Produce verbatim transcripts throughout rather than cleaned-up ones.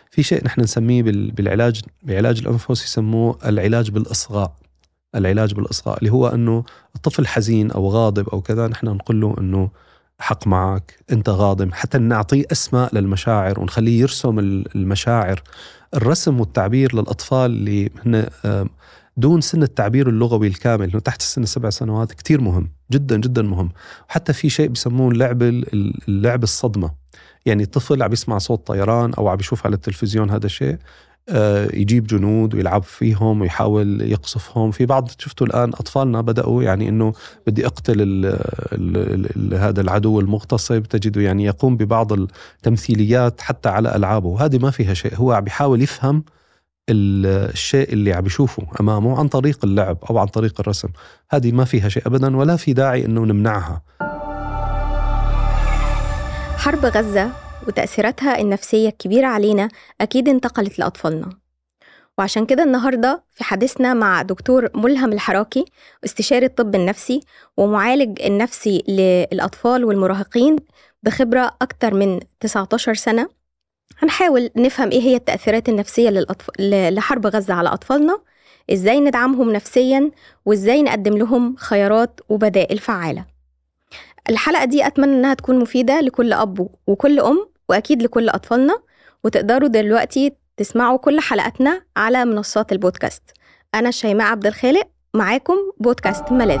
في شيء نحن نسميه بالعلاج بعلاج الأنفس يسموه العلاج بالإصغاء. العلاج بالإصغاء اللي هو أنه الطفل حزين أو غاضب أو كذا، نحن نقول له أنه حق معك، أنت غاضب، حتى نعطيه أسماء للمشاعر ونخليه يرسم المشاعر. الرسم والتعبير للأطفال اللي هن دون سن التعبير اللغوي الكامل، إنه تحت السن السبع سنوات، كتير مهم جدا جدا مهم. وحتى في شيء بيسموه اللعب اللعب الصدمة، يعني الطفل عم يسمع صوت طيران أو عم يشوف على التلفزيون هذا الشيء، يجيب جنود ويلعب فيهم ويحاول يقصفهم. في بعض شفتوا الآن أطفالنا بدأوا يعني إنه بدي أقتل ال ال ال هذا العدو المغتصب، تجده يعني يقوم ببعض التمثيليات حتى على ألعابه، وهذه ما فيها شيء. هو عم بيحاول يفهم الشيء اللي عم بيشوفه أمامه عن طريق اللعب أو عن طريق الرسم. هذه ما فيها شيء أبدا، ولا في داعي إنه نمنعها. حرب غزة وتأثيراتها النفسية الكبيرة علينا أكيد انتقلت لأطفالنا، وعشان كده النهاردة في حديثنا مع دكتور ملهم الحراكي، استشاري الطب النفسي ومعالج النفسي للأطفال والمراهقين بخبرة أكتر من تسعة عشر سنة، هنحاول نفهم إيه هي التأثيرات النفسية للأطف... لحرب غزة على أطفالنا، إزاي ندعمهم نفسياً، وإزاي نقدم لهم خيارات وبدائل فعالة. الحلقة دي أتمنى أنها تكون مفيدة لكل أب وكل أم، وأكيد لكل أطفالنا. وتقدروا دلوقتي تسمعوا كل حلقاتنا على منصات البودكاست. أنا شيماء عبد الخالق، معاكم بودكاست ملاذ.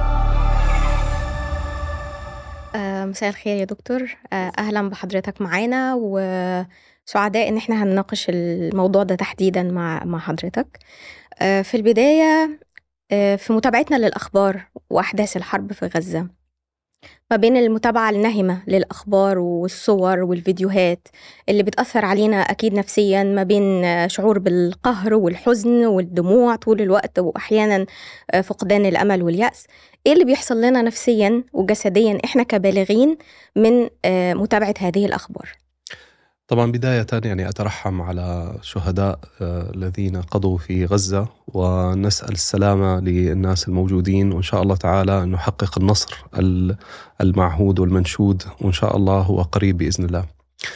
آه مساء الخير يا دكتور، آه أهلا بحضرتك معانا، وسعداء إن احنا هنناقش الموضوع ده تحديدا مع مع حضرتك. آه في البداية، آه في متابعتنا للأخبار وأحداث الحرب في غزة، ما بين المتابعة الناهمة للأخبار والصور والفيديوهات اللي بتأثر علينا أكيد نفسياً، ما بين شعور بالقهر والحزن والدموع طول الوقت، وأحياناً فقدان الأمل واليأس، إيه اللي بيحصل لنا نفسياً وجسدياً إحنا كبالغين من متابعة هذه الأخبار؟ طبعا بداية يعني أترحم على شهداء الذين قضوا في غزة، ونسأل السلامة للناس الموجودين، وإن شاء الله تعالى أن نحقق النصر المعهود والمنشود، وإن شاء الله هو قريب بإذن الله.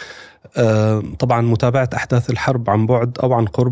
طبعا متابعة أحداث الحرب عن بعد أو عن قرب،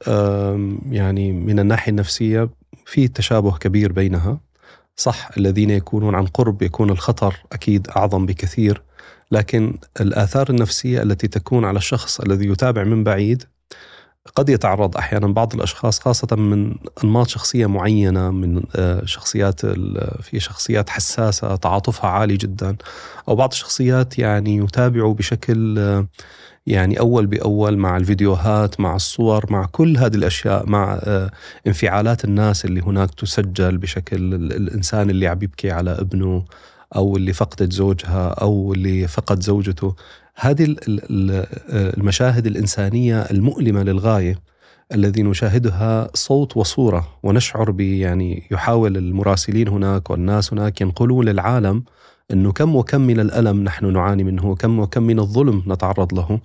يعني من الناحية النفسية في تشابه كبير بينها. صح، الذين يكونون عن قرب يكون الخطر أكيد أعظم بكثير، لكن الآثار النفسية التي تكون على الشخص الذي يتابع من بعيد قد يتعرض أحيانا بعض الأشخاص، خاصة من أنماط شخصية معينة، من شخصيات في شخصيات حساسة تعاطفها عالي جدا، أو بعض الشخصيات يعني يتابعوا بشكل يعني أول بأول مع الفيديوهات، مع الصور، مع كل هذه الأشياء، مع انفعالات الناس اللي هناك تسجل بشكل الإنسان اللي عم يبكي على ابنه، أو اللي فقدت زوجها، أو اللي فقد زوجته. هذه المشاهد الإنسانية المؤلمة للغاية الذي نشاهدها صوت وصورة، ونشعر ب يعني يحاول المراسلين هناك والناس هناك ينقلون للعالم أنه كم وكم من الألم نحن نعاني منه، كم وكم من الظلم نتعرض له.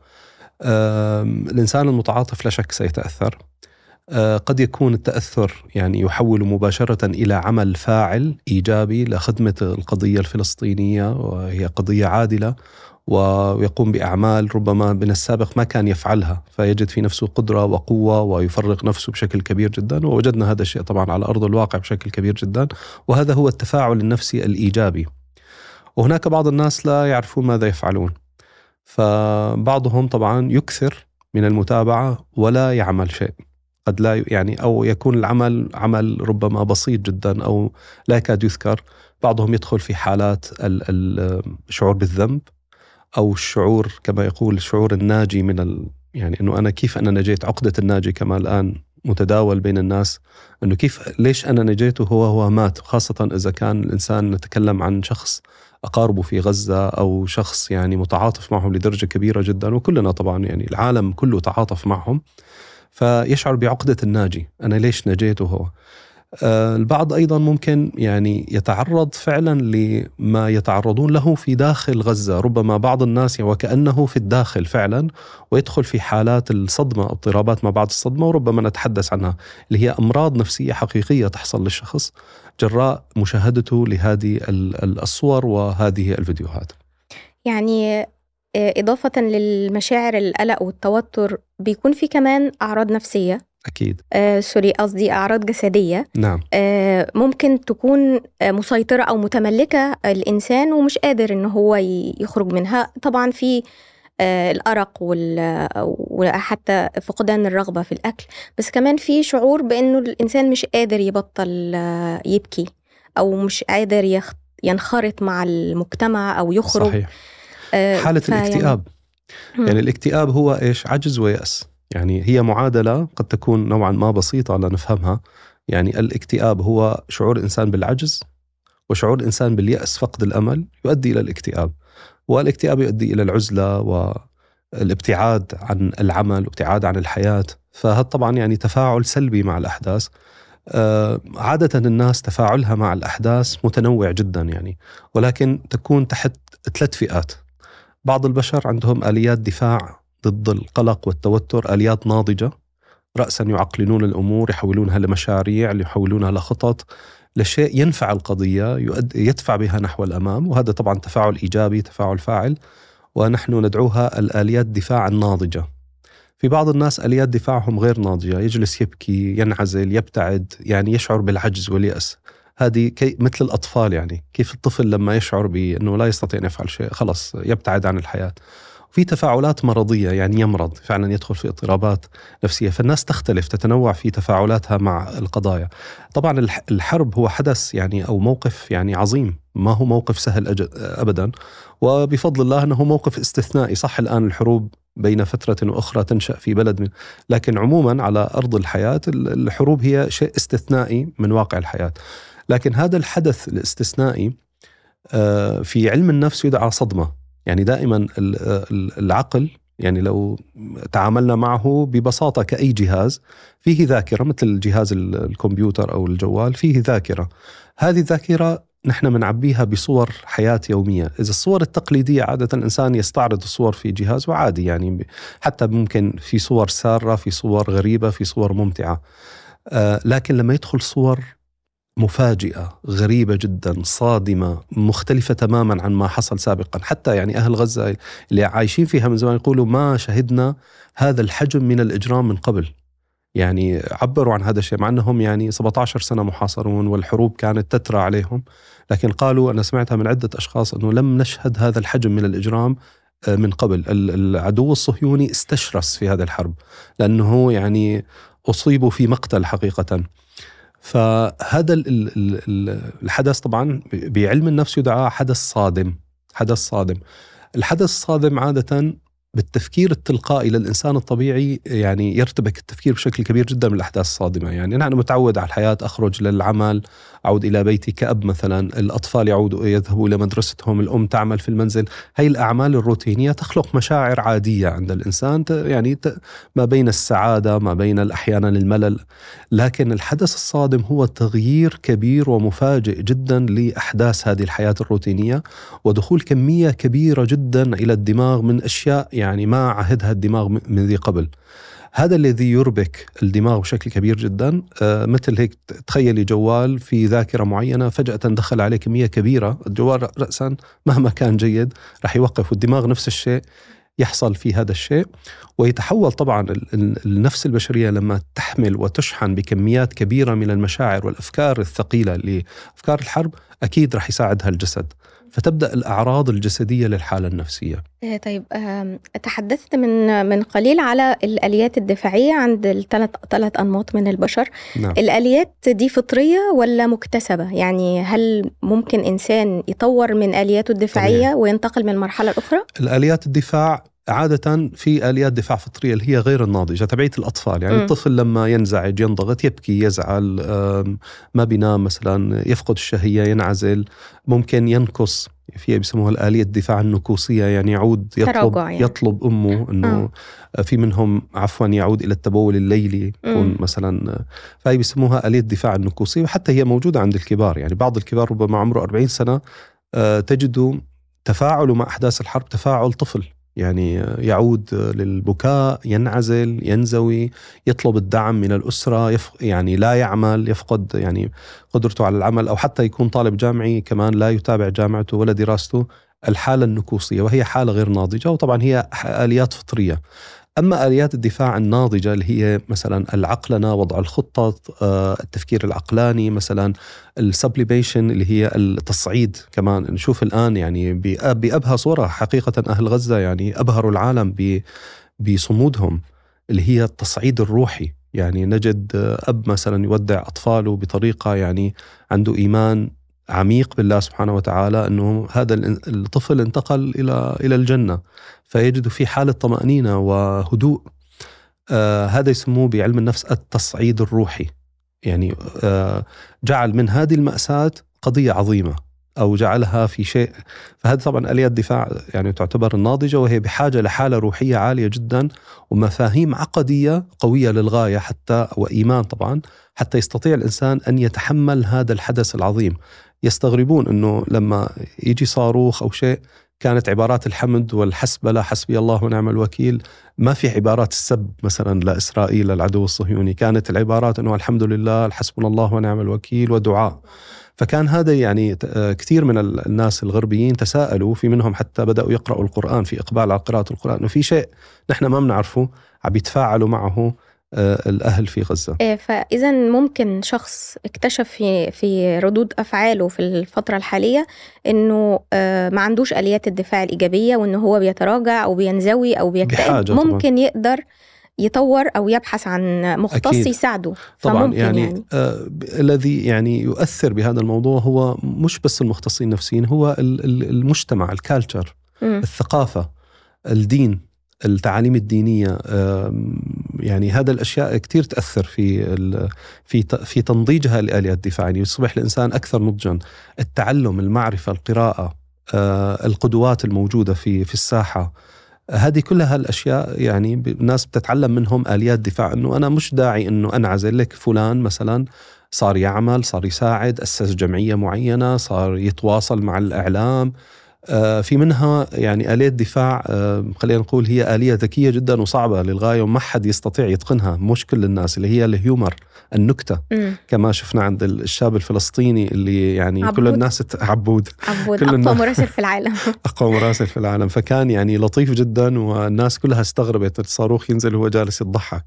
الإنسان المتعاطف لا شك سيتأثر. قد يكون التأثر يعني يحول مباشرة إلى عمل فاعل إيجابي لخدمة القضية الفلسطينية، وهي قضية عادلة، ويقوم بأعمال ربما من السابق ما كان يفعلها، فيجد في نفسه قدرة وقوة ويفرغ نفسه بشكل كبير جدا. ووجدنا هذا الشيء طبعا على أرض الواقع بشكل كبير جدا، وهذا هو التفاعل النفسي الإيجابي. وهناك بعض الناس لا يعرفون ماذا يفعلون، فبعضهم طبعا يكثر من المتابعة ولا يعمل شيء، قد لا يعني أو يكون العمل عمل ربما بسيط جدا أو لا يكاد يذكر. بعضهم يدخل في حالات الشعور بالذنب، أو الشعور كما يقول الشعور الناجي من ال يعني أنه أنا كيف أنا نجيت، عقدة الناجي كما الآن متداول بين الناس، أنه كيف ليش أنا نجيته هو هو مات، خاصة إذا كان الإنسان نتكلم عن شخص أقاربه في غزة، أو شخص يعني متعاطف معهم لدرجة كبيرة جدا، وكلنا طبعا يعني العالم كله تعاطف معهم، فيشعر بعقدة الناجي، أنا ليش نجيته هو. آه البعض أيضا ممكن يعني يتعرض فعلا لما يتعرضون له في داخل غزة، ربما بعض الناس وكأنه في الداخل فعلا، ويدخل في حالات الصدمة، اضطرابات ما بعد الصدمة، وربما نتحدث عنها، اللي هي أمراض نفسية حقيقية تحصل للشخص جراء مشاهدته لهذه الصور وهذه الفيديوهات. يعني إضافة للمشاعر القلق والتوتر بيكون في كمان أعراض نفسية. أكيد. آه، سوري قصدي أعراض جسدية. نعم. آه، ممكن تكون مسيطرة أو متملكة الإنسان ومش قادر إنه هو يخرج منها. طبعا في آه الأرق وحتى فقدان الرغبة في الأكل، بس كمان في شعور بأنه الإنسان مش قادر يبطل آه يبكي أو مش قادر ينخرط مع المجتمع أو يخرج. صحيح. آه حالة الاكتئاب يعني, يعني الاكتئاب هو إيش؟ عجز ويأس. يعني هي معادلة قد تكون نوعا ما بسيطة لنفهمها. يعني الاكتئاب هو شعور الإنسان بالعجز، وشعور الإنسان باليأس فقد الأمل يؤدي إلى الاكتئاب، والاكتئاب يؤدي إلى العزلة والابتعاد عن العمل وابتعاد عن الحياة. فهذا طبعا يعني تفاعل سلبي مع الأحداث. آه عادة الناس تفاعلها مع الأحداث متنوع جدا يعني، ولكن تكون تحت ثلاث فئات. بعض البشر عندهم آليات دفاع ضد القلق والتوتر، آليات ناضجة، رأسا يعقلون الأمور، يحولونها لمشاريع، يحولونها لخطط، لشيء ينفع القضية، يدفع بها نحو الأمام، وهذا طبعا تفاعل إيجابي، تفاعل فاعل، ونحن ندعوها الآليات دفاع الناضجة. في بعض الناس آليات دفاعهم غير ناضجة، يجلس يبكي، ينعزل، يبتعد، يعني يشعر بالعجز واليأس. هذه كي مثل الأطفال، يعني كيف الطفل لما يشعر بأنه لا يستطيع أن يفعل شيء خلص يبتعد عن الحياة. في تفاعلات مرضية، يعني يمرض فعلا، يدخل في اضطرابات نفسية. فالناس تختلف، تتنوع في تفاعلاتها مع القضايا. طبعا الحرب هو حدث يعني أو موقف يعني عظيم، ما هو موقف سهل أبدا، وبفضل الله أنه موقف استثنائي. صح الآن الحروب بين فترة وأخرى تنشأ في بلد من، لكن عموما على أرض الحياة الحروب هي شيء استثنائي من واقع الحياة. لكن هذا الحدث الاستثنائي في علم النفس يدعى صدمة. يعني دائما العقل، يعني لو تعاملنا معه ببساطة كأي جهاز، فيه ذاكرة مثل جهاز الكمبيوتر أو الجوال، فيه ذاكرة. هذه الذاكرة نحن منعبيها بصور حياة يومية. إذا الصور التقليدية عادة الإنسان يستعرض الصور في جهاز وعادي، يعني حتى ممكن في صور سارة، في صور غريبة، في صور ممتعة. آه لكن لما يدخل صور مفاجئة، غريبة جدا، صادمة، مختلفة تماما عن ما حصل سابقا، حتى يعني أهل غزة اللي عايشين فيها من زمان يقولوا ما شهدنا هذا الحجم من الإجرام من قبل. يعني عبروا عن هذا الشيء مع أنهم يعني سبعة عشر سنة محاصرون والحروب كانت تترى عليهم، لكن قالوا، أنا سمعتها من عدة أشخاص، أنه لم نشهد هذا الحجم من الإجرام من قبل. العدو الصهيوني استشرس في هذه الحرب لأنه يعني أصيبوا في مقتل حقيقة. فهذا الحدث طبعا بعلم النفس يدعى حدث صادم. حدث صادم الحدث الصادم عادة بالتفكير التلقائي للإنسان الطبيعي يعني يرتبك التفكير بشكل كبير جدا من الأحداث الصادمة. يعني أنا متعود على الحياة، أخرج للعمل، أعود إلى بيتي كأب مثلا، الأطفال يعودوا يذهبوا إلى مدرستهم، الأم تعمل في المنزل. هاي الأعمال الروتينية تخلق مشاعر عادية عند الإنسان، يعني ما بين السعادة ما بين أحيانا الملل. لكن الحدث الصادم هو تغيير كبير ومفاجئ جدا لأحداث هذه الحياة الروتينية، ودخول كمية كبيرة جدا إلى الدماغ من أشياء يعني ما عهدها الدماغ من ذي قبل. هذا الذي يربك الدماغ بشكل كبير جدا. آه مثل هيك تخيلي جوال في ذاكرة معينة فجأة دخل عليه كمية كبيرة، الجوال رأسا مهما كان جيد راح يوقف، والدماغ نفس الشيء يحصل في هذا الشيء. ويتحول طبعا النفس البشرية لما تحمل وتشحن بكميات كبيرة من المشاعر والأفكار الثقيلة لأفكار الحرب، أكيد راح يساعدها الجسد، فتبدأ الأعراض الجسدية للحالة النفسية. طيب تحدثت من من قليل على الآليات الدفاعية عند الثلاث ثلاث أنماط من البشر. نعم. الآليات دي فطرية ولا مكتسبة؟ يعني هل ممكن إنسان يطور من آلياته الدفاعية طبيعي وينتقل من مرحلة أخرى؟ الآليات الدفاع عادة في آليات دفاع فطرية اللي هي غير الناضجة، تبعية الأطفال. يعني م. الطفل لما ينزعج، ينضغط، يبكي، يزعل، ما بينام مثلا، يفقد الشهية، ينعزل، ممكن ينكص، فيها بيسموها الآلية الدفاع النكوسية، يعني يعود يطلب يعني. يطلب أمه أنه م. في منهم عفوا يعود إلى التبول الليلي، يكون مثلا، فهي بيسموها آلية الدفاع النكوسية. وحتى هي موجودة عند الكبار، يعني بعض الكبار ربما عمره أربعين سنة تجدوا تفاعله مع أحداث الحرب تفاعل طفل، يعني يعود للبكاء، ينعزل، ينزوي، يطلب الدعم من الأسرة، يف يعني لا يعمل، يفقد يعني قدرته على العمل، أو حتى يكون طالب جامعي كمان لا يتابع جامعته ولا دراسته. الحالة النكوصية، وهي حالة غير ناضجة، وطبعا هي آليات فطرية. أما آليات الدفاع الناضجة اللي هي مثلا العقلنة، وضع الخطة، التفكير العقلاني، مثلا السبليميشن اللي هي التصعيد. كمان نشوف الآن يعني بأبهى صورة حقيقة أهل غزة يعني أبهروا العالم بصمودهم، اللي هي التصعيد الروحي. يعني نجد أب مثلا يودع أطفاله بطريقة يعني عنده إيمان عميق بالله سبحانه وتعالى أنه هذا الطفل انتقل إلى إلى الجنة، فيجد في حالة طمأنينة وهدوء. آه هذا يسموه بعلم النفس التصعيد الروحي. يعني آه جعل من هذه المأساة قضية عظيمة، أو جعلها في شيء. فهذا طبعا آليات الدفاع يعني تعتبر الناضجة، وهي بحاجة لحالة روحية عالية جدا ومفاهيم عقدية قوية للغاية، حتى وإيمان طبعا، حتى يستطيع الإنسان أن يتحمل هذا الحدث العظيم. يستغربون أنه لما يجي صاروخ أو شيء كانت عبارات الحمد والحسبلة، حسبي الله ونعم الوكيل، ما في عبارات السب مثلا لإسرائيل العدو الصهيوني. كانت العبارات أنه الحمد لله، حسبنا الله ونعم الوكيل، ودعاء. فكان هذا يعني كثير من الناس الغربيين تساءلوا، في منهم حتى بدأوا يقرأوا القرآن في إقبال على قراءة القرآن، إنه في شيء نحن ما بنعرفه عم يتفاعلوا معه الأهل في غزة. فإذا ممكن شخص اكتشف في في ردود أفعاله في الفترة الحالية إنه ما عندوش آليات الدفاع الإيجابية، وإنه هو بيتراجع أو بينزوي أو بيكتئب، ممكن طبعا يقدر يطور أو يبحث المختص أكيد يساعده. طبعا يعني, يعني آه الذي يعني يؤثر بهذا الموضوع هو مش بس المختصين النفسيين، هو المجتمع، الكالتشر، الثقافة، الدين، التعاليم الدينية. يعني هذا الأشياء كتير تأثر في في في تنضيجها لآليات الدفاع. يعني يصبح الإنسان أكثر نضجا. التعلم، المعرفة، القراءة، القدوات الموجودة في في الساحة، هذه كلها الأشياء يعني الناس بتتعلم منهم آليات دفاع. أنه أنا مش داعي أنه أنعزل لك. فلان مثلا صار يعمل، صار يساعد، أسس جمعية معينة، صار يتواصل مع الإعلام. في منها يعني آلية دفاع خلينا نقول هي آلية ذكية جدا وصعبة للغاية، وما حد يستطيع يتقنها، مش كل الناس، اللي هي الهيومر، النكتة. م. كما شفنا عند الشاب الفلسطيني اللي يعني عبود. كل الناس عبود عبود كل أقوى مراسل في العالم أقوى مراسل في العالم. فكان يعني لطيف جدا، والناس كلها استغربت الصاروخ ينزل وهو جالس يضحك.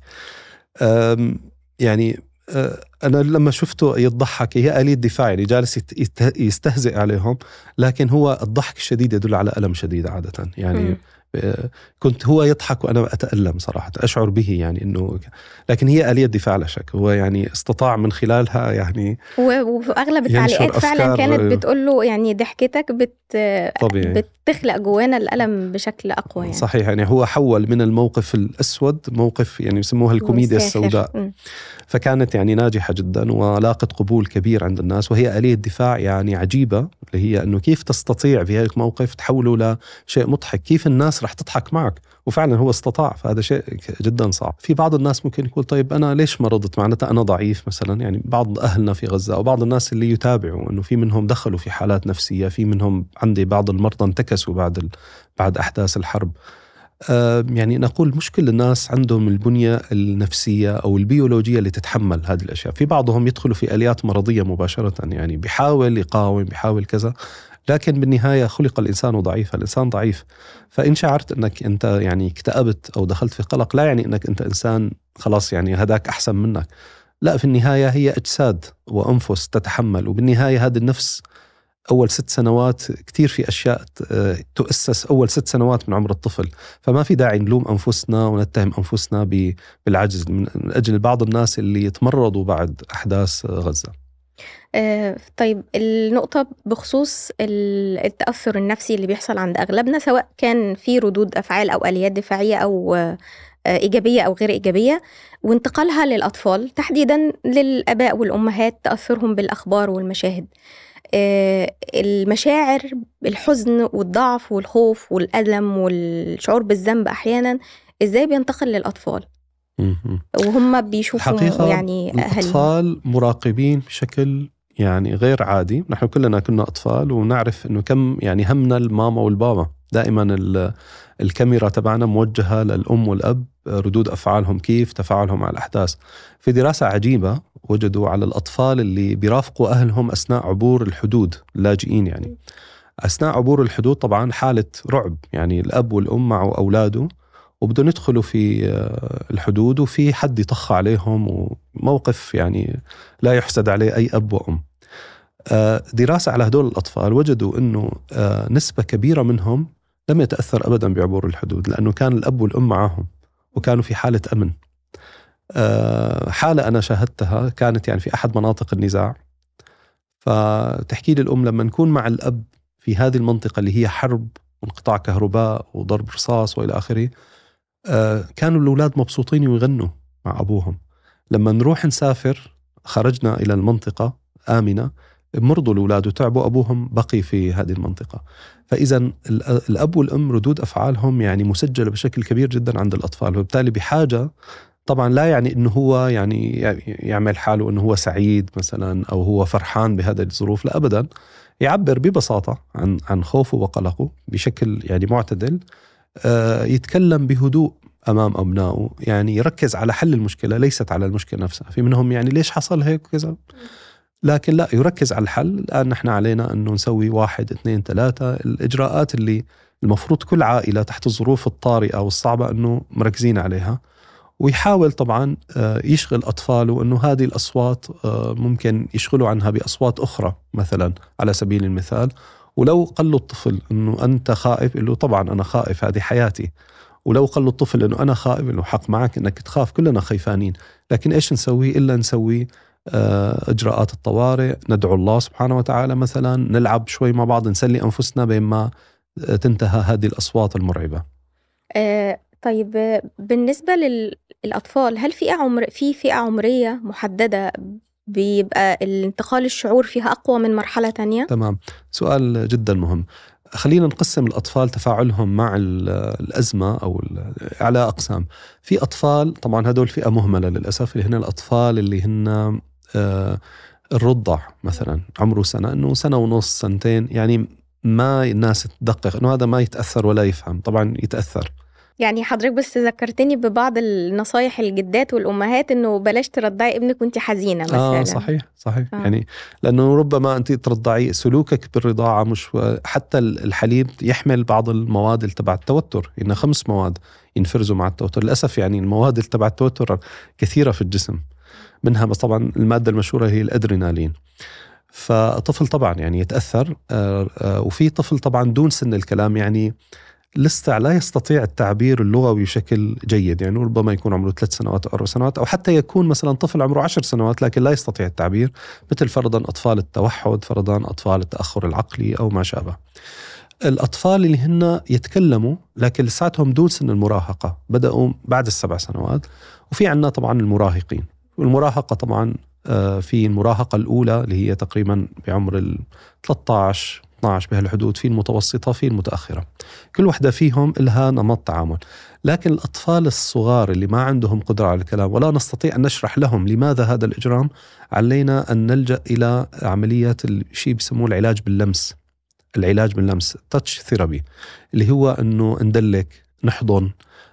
يعني أنا لما شفته يضحك، هي آلية دفاع، يعني جالس يستهزئ عليهم، لكن هو الضحك الشديد يدل على ألم شديد عادة. يعني م. كنت هو يضحك وأنا أتألم صراحة، أشعر به يعني إنه، لكن هي آلية دفاع لا شك. هو يعني استطاع من خلالها يعني، وأغلب التعليقات فعلا كانت بتقول له يعني ضحكتك بت طبيعي. بتخلق جوانا الألم بشكل أقوى يعني. صحيح. يعني هو حول من الموقف الأسود موقف يعني يسموها الكوميديا السوداء. م. فكانت يعني ناجحة جدا ولاقت قبول كبير عند الناس. وهي آلية دفاع يعني عجيبة، اللي هي أنه كيف تستطيع في هذا الموقف تحوله لشيء مضحك، كيف الناس رح تضحك معك. وفعلا هو استطاع، فهذا شيء جدا صعب. في بعض الناس ممكن يقول طيب أنا ليش ما رضت، معناتها أنا ضعيف مثلا. يعني بعض أهلنا في غزة أو بعض الناس اللي يتابعوا أنه في منهم دخلوا في حالات نفسية، في منهم عندي بعض المرضى انتكسوا بعد ال... بعد أحداث الحرب. آه يعني نقول مش كل الناس عندهم البنية النفسية أو البيولوجية اللي تتحمل هذه الأشياء. في بعضهم يدخلوا في آليات مرضية مباشرة، يعني بيحاول يقاوم، بيحاول كذا، لكن بالنهاية خلق الإنسان ضعيف. الإنسان ضعيف. فإن شعرت أنك أنت يعني اكتئبت أو دخلت في قلق، لا يعني أنك أنت إنسان خلاص يعني هداك أحسن منك. لا، في النهاية هي أجساد وأنفس تتحمل. وبالنهاية هذا النفس أول ست سنوات كتير في أشياء تؤسس أول ست سنوات من عمر الطفل. فما في داعي نلوم أنفسنا ونتهم أنفسنا بالعجز من أجل بعض الناس اللي يتمرضوا بعد أحداث غزة. آه طيب، النقطة بخصوص التأثر النفسي اللي بيحصل عند أغلبنا، سواء كان في ردود أفعال أو آليات دفاعية أو آه إيجابية أو غير إيجابية، وانتقالها للأطفال تحديدا، للآباء والأمهات، تأثرهم بالأخبار والمشاهد. المشاعر، الحزن والضعف والخوف والألم والشعور بالذنب أحيانا، إزاي بينتقل للأطفال وهم بيشوفوا يعني أهلهم؟ الأطفال مراقبين بشكل يعني غير عادي. نحن كلنا كنا أطفال ونعرف إنه كم يعني همنا الماما والبابا. دائما الكاميرا تبعنا موجهة للأم والأب، ردود أفعالهم كيف، تفاعلهم مع الأحداث. في دراسة عجيبة وجدوا على الأطفال اللي بيرافقوا أهلهم أثناء عبور الحدود، اللاجئين يعني، أثناء عبور الحدود طبعا حالة رعب، يعني الأب والأم مع أولاده وبدهم يدخلوا في الحدود وفي حد يطخ عليهم، وموقف يعني لا يحسد عليه أي أب وأم. دراسة على هدول الأطفال وجدوا أنه نسبة كبيرة منهم لم يتأثر أبدا بعبور الحدود، لأنه كان الأب والأم معهم وكانوا في حالة أمن. حالة أنا شاهدتها كانت يعني في أحد مناطق النزاع، فتحكي لي الأم لما نكون مع الأب في هذه المنطقة اللي هي حرب وانقطاع كهرباء وضرب رصاص وإلى آخره، كانوا الأولاد مبسوطين ويغنوا مع أبوهم. لما نروح نسافر خرجنا إلى المنطقة آمنة، مرضوا الأولاد وتعبوا، أبوهم بقي في هذه المنطقة. فإذا الأب والأم ردود أفعالهم يعني مسجلة بشكل كبير جدا عند الأطفال، وبالتالي بحاجة طبعا لا يعني إنه هو يعني يعمل حاله إنه هو سعيد مثلا أو هو فرحان بهذه الظروف، لا أبدا، يعبر ببساطة عن عن خوفه وقلقه بشكل يعني معتدل، يتكلم بهدوء أمام أبنائه، يعني يركز على حل المشكلة ليست على المشكلة نفسها. في منهم يعني ليش حصل هيك وكذا، لكن لا، يركز على الحل. الآن نحن علينا أنه نسوي واحد اثنين ثلاثة، الإجراءات اللي المفروض كل عائلة تحت الظروف الطارئة والصعبة أنه مركزين عليها، ويحاول طبعا يشغل أطفاله أنه هذه الأصوات ممكن يشغلوا عنها بأصوات أخرى مثلا على سبيل المثال. ولو قال له الطفل أنه أنت خائف، له طبعا أنا خائف، هذه حياتي. ولو قال له الطفل أنه أنا خائف، أنه حق معك أنك تخاف، كلنا خيفانين، لكن إيش نسوي إلا نسوي إجراءات الطوارئ، ندعو الله سبحانه وتعالى مثلا، نلعب شوي مع بعض، نسلي أنفسنا بما تنتهى هذه الأصوات المرعبة. آه طيب، بالنسبة للأطفال، هل في عمر في فئة عمرية محددة بيبقى الانتقال الشعور فيها أقوى من مرحلة تانية؟ تمام، سؤال جدا مهم. خلينا نقسم الأطفال تفاعلهم مع الأزمة أو على أقسام. في أطفال طبعا هدول فئة مهملة للأسف، اللي هن الأطفال اللي هن آه الرضع مثلا، عمره سنة، إنه سنة ونص سنتين، يعني ما الناس تدقق إنه هذا ما يتأثر ولا يفهم، طبعا يتأثر. يعني حضرتك بس ذكرتني ببعض النصايح الجدات والأمهات إنه بلاش ترضعي ابنك وانت حزينة مثلا. آه صحيح صحيح آه. يعني لأنه ربما أنت ترضعي، سلوكك بالرضاعة مش، حتى الحليب يحمل بعض المواد اللي تبع التوتر، إنه خمس مواد ينفرزوا مع التوتر للأسف. يعني المواد اللي تبع التوتر كثيرة في الجسم، منها بس طبعا المادة المشهورة هي الأدرينالين. فطفل طبعا يعني يتأثر. آه آه وفي طفل طبعا دون سن الكلام، يعني لسه لا يستطيع التعبير اللغوي بشكل جيد، يعني ربما يكون عمره ثلاث سنوات أو أربع سنوات، أو حتى يكون مثلا طفل عمره عشر سنوات لكن لا يستطيع التعبير، مثل فرضا أطفال التوحد، فرضا أطفال التأخر العقلي أو ما شابه. الأطفال اللي هن يتكلموا لكن لساتهم دون سن المراهقة، بدأوا بعد السبع سنوات. وفي عنا طبعا المراهقين، والمراهقة طبعا في المراهقة الأولى اللي هي تقريبا بعمر ال ثلاثة عشر اثنا عشر بهالحدود، في المتوسطة، في المتأخرة، كل واحدة فيهم لها نمط تعامل. لكن الأطفال الصغار اللي ما عندهم قدرة على الكلام ولا نستطيع أن نشرح لهم لماذا هذا الإجرام، علينا أن نلجأ إلى عملية الشيء بسموه العلاج باللمس. العلاج باللمس تاتش ثيرابي، اللي هو أنه ندلك، نحضن،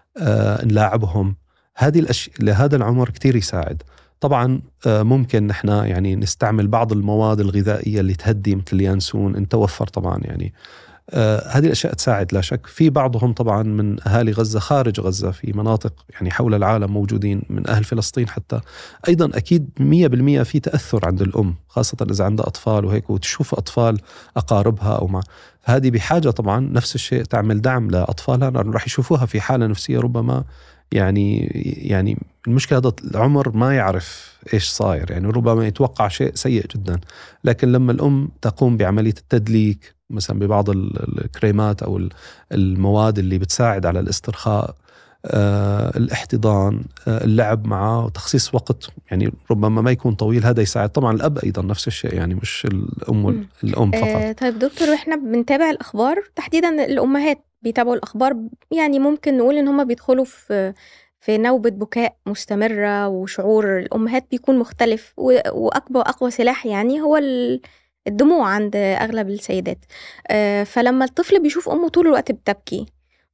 آه، نلاعبهم. هذه الأشياء لهذا العمر كتير يساعد. طبعا ممكن نحن يعني نستعمل بعض المواد الغذائية اللي تهدي، مثل اليانسون إن توفر طبعا، يعني آه هذه الأشياء تساعد لا شك. في بعضهم طبعا من أهالي غزة خارج غزة في مناطق يعني حول العالم موجودين، من أهل فلسطين حتى، أيضا أكيد مية بالمية في تأثر عند الأم، خاصة إذا عندها أطفال وهيك وتشوف أطفال أقاربها أو مع، فهذه بحاجة طبعا نفس الشيء تعمل دعم لأطفالها، لأنه راح يشوفوها في حالة نفسية ربما يعني يعني المشكلة هذا العمر ما يعرف إيش صاير، يعني ربما يتوقع شيء سيء جدا. لكن لما الأم تقوم بعملية التدليك مثلا ببعض الكريمات أو المواد اللي بتساعد على الاسترخاء، آه، الاحتضان، آه، اللعب معه، وتخصيص وقت يعني ربما ما يكون طويل، هذا يساعد. طبعا الأب أيضا نفس الشيء، يعني مش الأم الأم فقط. آه طيب دكتور، وإحنا بنتابع الأخبار تحديدا الأمهات بيتابعوا الأخبار، يعني ممكن نقول إن هم بيدخلوا في في نوبة بكاء مستمرة، وشعور الأمهات بيكون مختلف، وأكبر أقوى سلاح يعني هو الدموع عند أغلب السيدات. آه فلما الطفل بيشوف أمه طول الوقت بتبكي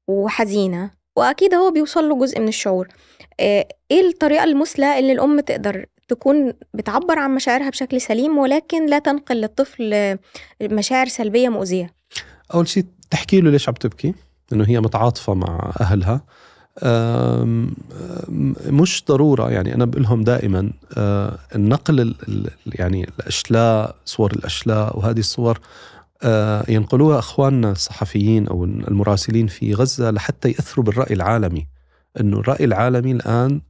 وحزينة، وأكيد هو بيوصل له جزء من الشعور، آه إيه الطريقة المثلى اللي الأم تقدر تكون بتعبر عن مشاعرها بشكل سليم ولكن لا تنقل للطفل مشاعر سلبية مؤذية؟ أول شيء تحكي له ليش عم تبكي، إنه هي متعاطفة مع أهلها. مش ضرورة، يعني أنا بقولهم دائما النقل يعني الأشلاء، صور الأشلاء وهذه الصور ينقلوها أخواننا الصحفيين أو المراسلين في غزة لحتى يأثروا بالرأي العالمي، إنه الرأي العالمي الآن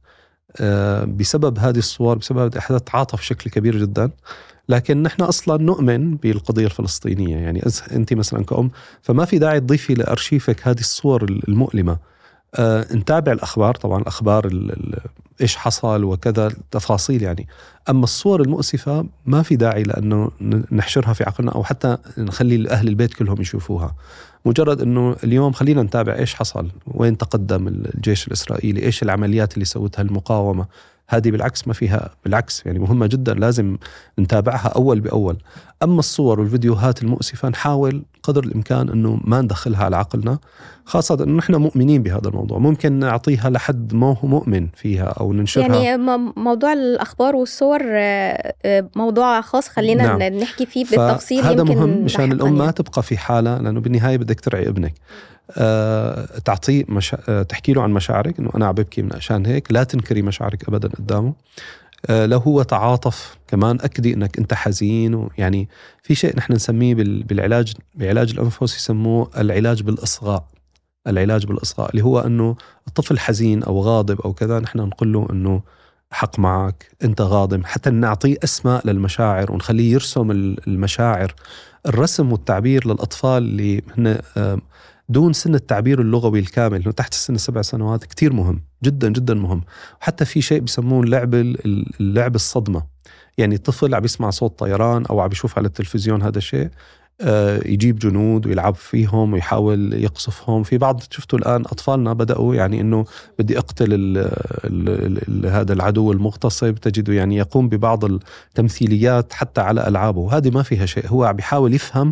بسبب هذه الصور، بسبب هذه الأحداث تعاطف بشكل كبير جدا. لكن نحن أصلا نؤمن بالقضية الفلسطينية، يعني أنت مثلا كأم فما في داعي تضيفي لأرشيفك هذه الصور المؤلمة. أه نتابع الأخبار، طبعا الأخبار ال ال إيش حصل وكذا التفاصيل يعني. أما الصور المؤسفة ما في داعي لأنه نحشرها في عقلنا أو حتى نخلي أهل البيت كلهم يشوفوها. مجرد أنه اليوم خلينا نتابع إيش حصل، وين تقدم الجيش الإسرائيلي، إيش العمليات اللي سوتها المقاومة. هذه بالعكس ما فيها، بالعكس يعني مهمة جدا، لازم نتابعها أول بأول. أما الصور والفيديوهات المؤسفة نحاول قدر الإمكان أنه ما ندخلها على عقلنا، خاصة أنه نحن مؤمنين بهذا الموضوع. ممكن نعطيها لحد ما هو مؤمن فيها أو ننشرها. يعني موضوع الأخبار والصور موضوع خاص، خلينا نعم. نحكي فيه بالتفصيل. هذا مهم مشان الأم ما تبقى في حالة، لأنه بالنهاية بدك ترعي ابنك. أه تعطيه مشا... أه تحكي له عن مشاعرك، إنه أنا عم ببكي من عشان هيك، لا تنكري مشاعرك أبدا قدامه. أه لو هو تعاطف كمان أكدي إنك أنت حزين. ويعني في شيء نحن نسميه بال... بالعلاج، بعلاج الأنفس يسموه العلاج بالإصغاء. العلاج بالإصغاء اللي هو أنه الطفل حزين أو غاضب أو كذا، نحن نقول له أنه حق معك، أنت غاضب، حتى نعطيه أسماء للمشاعر ونخليه يرسم المشاعر. الرسم والتعبير للأطفال اللي هن دون سن التعبير اللغوي الكامل، إنه تحت السن السبع سنوات، كتير مهم جدا جدا مهم. وحتى في شيء بيسموه اللعب اللعب الصدمة، يعني الطفل عم يسمع صوت طيران أو عم يشوف على التلفزيون هذا الشيء، يجيب جنود ويلعب فيهم ويحاول يقصفهم. في بعض شفتوا الآن أطفالنا بدأوا يعني إنه بدي أقتل ال ال ال هذا العدو المغتصب، تجده يعني يقوم ببعض التمثيليات حتى على ألعابه، وهذه ما فيها شيء. هو عم بيحاول يفهم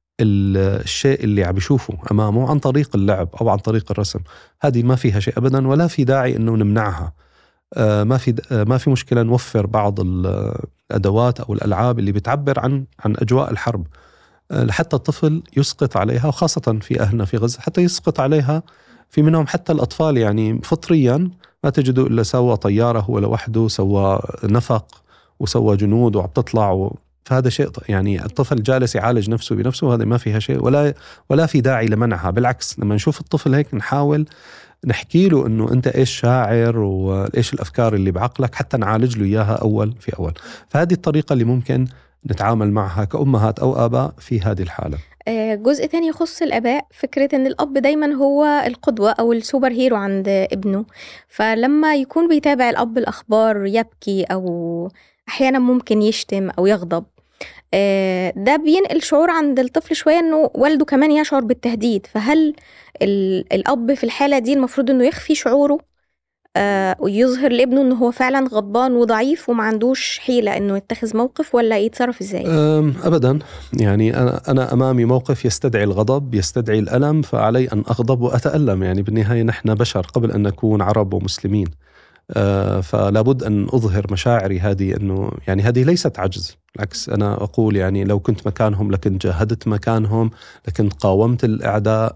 الشيء اللي عم بيشوفه أمامه عن طريق اللعب أو عن طريق الرسم. هذه ما فيها شيء أبدا، ولا في داعي إنه نمنعها. ما في ما في مشكلة نوفر بعض الأدوات أو الألعاب اللي بتعبر عن عن أجواء الحرب، لحتى الطفل يسقط عليها، وخاصة في أهلنا في غزة حتى يسقط عليها. في منهم حتى الأطفال يعني فطريا ما تجدوا إلا سوى طيارة هو لوحده، سوى نفق وسوى جنود وعم تطلع و... فهذا شيء يعني الطفل جالس يعالج نفسه بنفسه، وهذا ما فيها شيء، ولا ولا في داعي لمنعها. بالعكس لما نشوف الطفل هيك نحاول نحكي له إنه أنت إيش شاعر وإيش الأفكار اللي بعقلك، حتى نعالج له إياها أول في أول. فهذه الطريقة اللي ممكن نتعامل معها كأمهات أو آباء في هذه الحالة. جزء تاني يخص الآباء، فكرة أن الأب دايما هو القدوة أو السوبر هيرو عند ابنه، فلما يكون بيتابع الأب الأخبار يبكي أو أحيانا ممكن يشتم أو يغضب، ده بينقل شعور عند الطفل شوية أنه والده كمان يشعر بالتهديد. فهل الأب في الحالة دي المفروض أنه يخفي شعوره ويظهر لابنه أنه هو فعلا غضبان وضعيف وما عندوش حيلة أنه يتخذ موقف، ولا يتصرف إزاي؟ أبدا، يعني أنا, أنا أمامي موقف يستدعي الغضب، يستدعي الألم، فعلي أن أغضب وأتألم. يعني بالنهاية نحن بشر قبل أن نكون عرب ومسلمين، فلا بد أن أظهر مشاعري هذه. أنه يعني هذه ليست عجز، بالعكس أنا أقول يعني لو كنت مكانهم لكنت جاهدت مكانهم، لكنت قاومت الأعداء.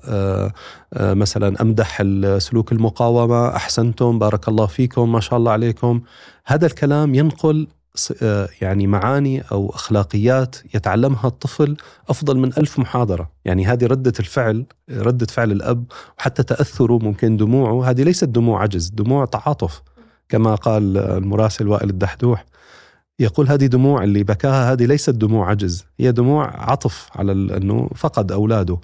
مثلا أمدح سلوك المقاومة، أحسنتم، بارك الله فيكم، ما شاء الله عليكم. هذا الكلام ينقل يعني معاني أو أخلاقيات يتعلمها الطفل أفضل من ألف محاضرة. يعني هذه ردة الفعل، ردة فعل الأب، وحتى تأثره ممكن دموعه، هذه ليست دموع عجز، دموع تعاطف. كما قال المراسل وائل الدحدوح، يقول هذه دموع اللي بكاها هذه ليست دموع عجز، هي دموع عطف على أنه فقد أولاده.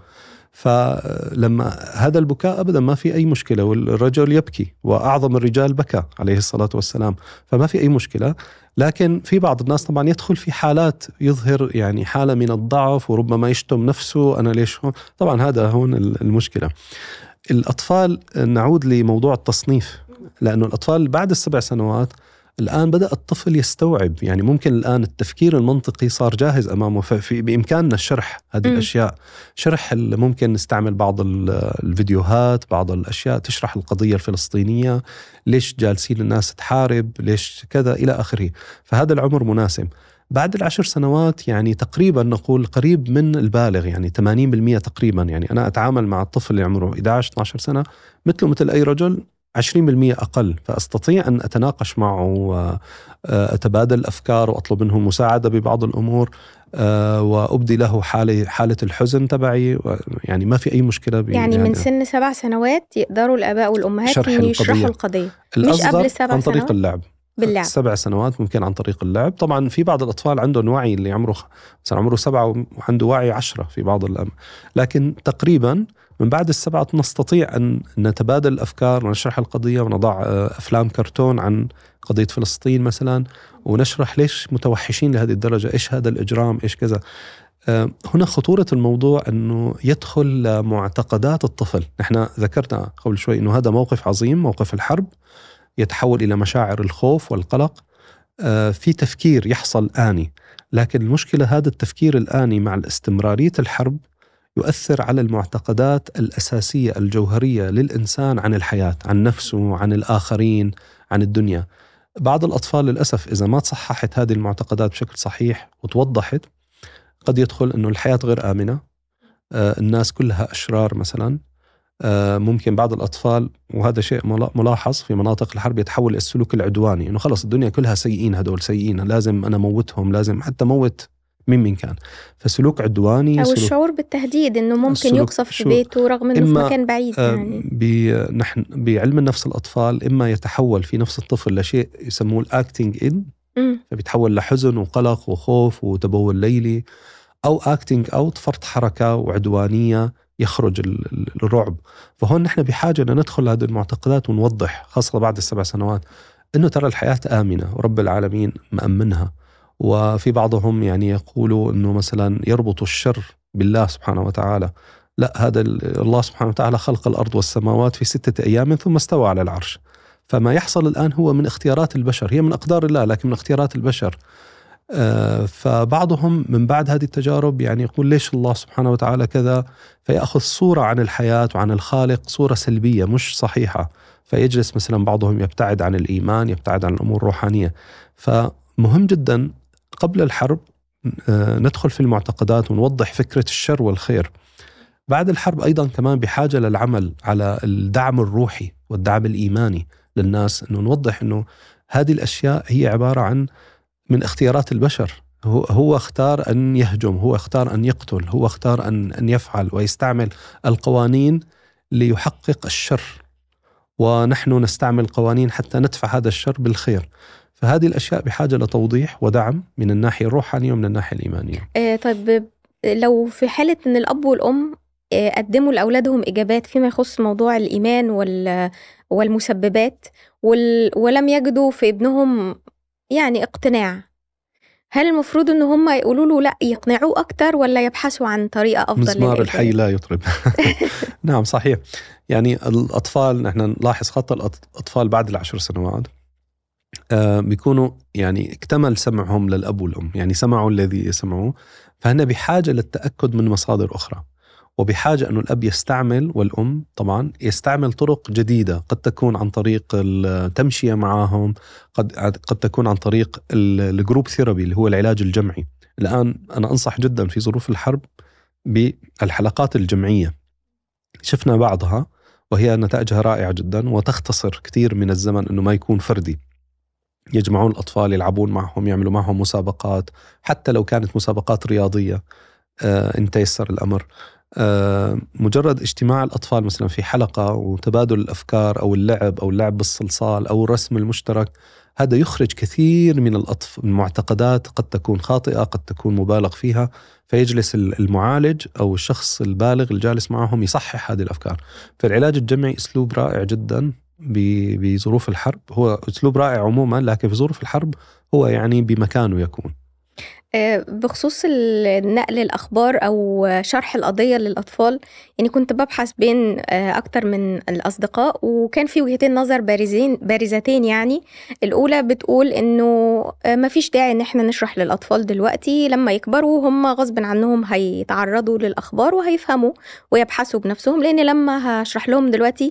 فلما هذا البكاء أبدا ما في أي مشكلة، والرجل يبكي وأعظم الرجال بكى عليه الصلاة والسلام، فما في أي مشكلة. لكن في بعض الناس طبعا يدخل في حالات يظهر يعني حالة من الضعف، وربما يشتم نفسه، أنا ليش هون. طبعا هذا هون المشكلة. الأطفال، نعود لموضوع التصنيف، لأنه الأطفال بعد السبع سنوات الآن بدأ الطفل يستوعب. يعني ممكن الآن التفكير المنطقي صار جاهز أمامه، في بإمكاننا الشرح هذه م. الأشياء، شرح ممكن نستعمل بعض الفيديوهات، بعض الأشياء تشرح القضية الفلسطينية، ليش جالسين الناس تحارب، ليش كذا إلى آخره. فهذا العمر مناسب. بعد العشر سنوات يعني تقريبا نقول قريب من البالغ، يعني ثمانين بالمئة تقريبا. يعني أنا أتعامل مع الطفل اللي عمره إحدى عشر اثنا عشر سنة مثله مثل أي رجل، عشرين بالمئة أقل، فأستطيع أن أتناقش معه وأتبادل الأفكار وأطلب منه المساعدة ببعض الأمور، وأبدي له حالة حالة الحزن تبعي، يعني ما في أي مشكلة. يعني من سن سبع سنوات يقدروا الآباء والأمهات إن يشرحوا القضية، مش قبل السبع عن طريق سنوات؟ اللعب. باللعب. سبع سنوات ممكن عن طريق اللعب. طبعا في بعض الأطفال عندهم وعي، اللي عمره مثلا عمره سبعة وعنده وعي عشرة في بعض الأمر، لكن تقريبا من بعد السبعة نستطيع أن نتبادل الأفكار ونشرح القضية، ونضع أفلام كرتون عن قضية فلسطين مثلا، ونشرح ليش متوحشين لهذه الدرجة، إيش هذا الإجرام، إيش كذا. هنا خطورة الموضوع أنه يدخل معتقدات الطفل. نحن ذكرنا قبل شوي أنه هذا موقف عظيم، موقف الحرب، يتحول إلى مشاعر الخوف والقلق. في تفكير يحصل آني، لكن المشكلة هذا التفكير الآني مع الاستمرارية الحرب يؤثر على المعتقدات الأساسية الجوهرية للإنسان عن الحياة، عن نفسه، عن الآخرين، عن الدنيا. بعض الأطفال للأسف إذا ما تصححت هذه المعتقدات بشكل صحيح وتوضحت، قد يدخل أنه الحياة غير آمنة، الناس كلها أشرار مثلا. ممكن بعض الأطفال، وهذا شيء ملاحظ في مناطق الحرب، يتحول السلوك العدواني، إنه خلص الدنيا كلها سيئين، هدول سيئين، لازم أنا موتهم، لازم حتى موت مين من كان. فسلوك عدواني، أو الشعور بالتهديد إنه ممكن يقصف في بيته رغم إنه في مكان بعيد. يعني نحن بعلم النفس الأطفال إما يتحول في نفس الطفل لشيء يسموه الأكتينج إن، فبيتحول لحزن وقلق وخوف وتبول ليلي، أو أكتينج أوت، فرط حركة وعدوانية، يخرج الرعب. فهون نحن بحاجة أن ندخل هذه المعتقدات ونوضح، خاصة بعد السبع سنوات، أنه ترى الحياة آمنة ورب العالمين مأمنها. وفي بعضهم يعني يقولوا أنه مثلا يربط الشر بالله سبحانه وتعالى. لا، هذا الله سبحانه وتعالى خلق الأرض والسماوات في ستة أيام ثم استوى على العرش. فما يحصل الآن هو من اختيارات البشر، هي من أقدار الله لكن من اختيارات البشر. فبعضهم من بعد هذه التجارب يعني يقول ليش الله سبحانه وتعالى كذا، فيأخذ صورة عن الحياة وعن الخالق، صورة سلبية مش صحيحة، فيجلس مثلا بعضهم يبتعد عن الإيمان، يبتعد عن الأمور الروحانية. فمهم جدا قبل الحرب ندخل في المعتقدات ونوضح فكرة الشر والخير. بعد الحرب أيضا كمان بحاجة للعمل على الدعم الروحي والدعم الإيماني للناس، أنه نوضح أنه هذه الأشياء هي عبارة عن من اختيارات البشر. هو هو اختار أن يهجم، هو اختار أن يقتل، هو اختار أن أن يفعل ويستعمل القوانين ليحقق الشر، ونحن نستعمل قوانين حتى ندفع هذا الشر بالخير. فهذه الأشياء بحاجة لتوضيح ودعم من الناحية الروحانية ومن الناحية الإيمانية. آه طيب، لو في حالة أن الأب والأم قدموا لأولادهم إجابات فيما يخص موضوع الإيمان والمسببات، ولم يجدوا في ابنهم يعني اقتناع، هل المفروض ان هم يقولوا له لا يقنعوه اكتر، ولا يبحثوا عن طريقه افضل؟ مزمار الحي لا يطرب. نعم صحيح. يعني الاطفال، نحن نلاحظ خط الاطفال بعد العشر سنوات آه بيكونوا يعني اكتمل سمعهم للاب والام، يعني سمعوا الذي يسمعوه، فهنا بحاجه للتاكد من مصادر اخرى، وبحاجة أنه الأب يستعمل والأم طبعا يستعمل طرق جديدة، قد تكون عن طريق التمشية معهم، قد قد تكون عن طريق الجروب ثيرابي اللي هو العلاج الجمعي. الآن أنا أنصح جدا في ظروف الحرب بالحلقات الجمعية، شفنا بعضها وهي نتائجها رائعة جدا، وتختصر كثير من الزمن أنه ما يكون فردي. يجمعون الأطفال، يلعبون معهم، يعملوا معهم مسابقات، حتى لو كانت مسابقات رياضية آه إن تيسر الأمر. آه مجرد اجتماع الأطفال مثلا في حلقة وتبادل الأفكار أو اللعب أو اللعب بالصلصال أو الرسم المشترك، هذا يخرج كثير من الأطفال المعتقدات قد تكون خاطئة، قد تكون مبالغ فيها، فيجلس المعالج أو الشخص البالغ الجالس معهم يصحح هذه الأفكار. فالعلاج الجمعي أسلوب رائع جدا بظروف الحرب، هو أسلوب رائع عموما، لكن في ظروف الحرب هو يعني بمكانه يكون. بخصوص نقل الأخبار أو شرح القضية للأطفال، يعني كنت ببحث بين أكتر من الأصدقاء، وكان في وجهتين نظر بارزين بارزتين. يعني الأولى بتقول إنه ما فيش داعي إن احنا نشرح للأطفال دلوقتي، لما يكبروا هم غصب عنهم هيتعرضوا للأخبار وهيفهموا ويبحثوا بنفسهم، لأن لما هشرح لهم دلوقتي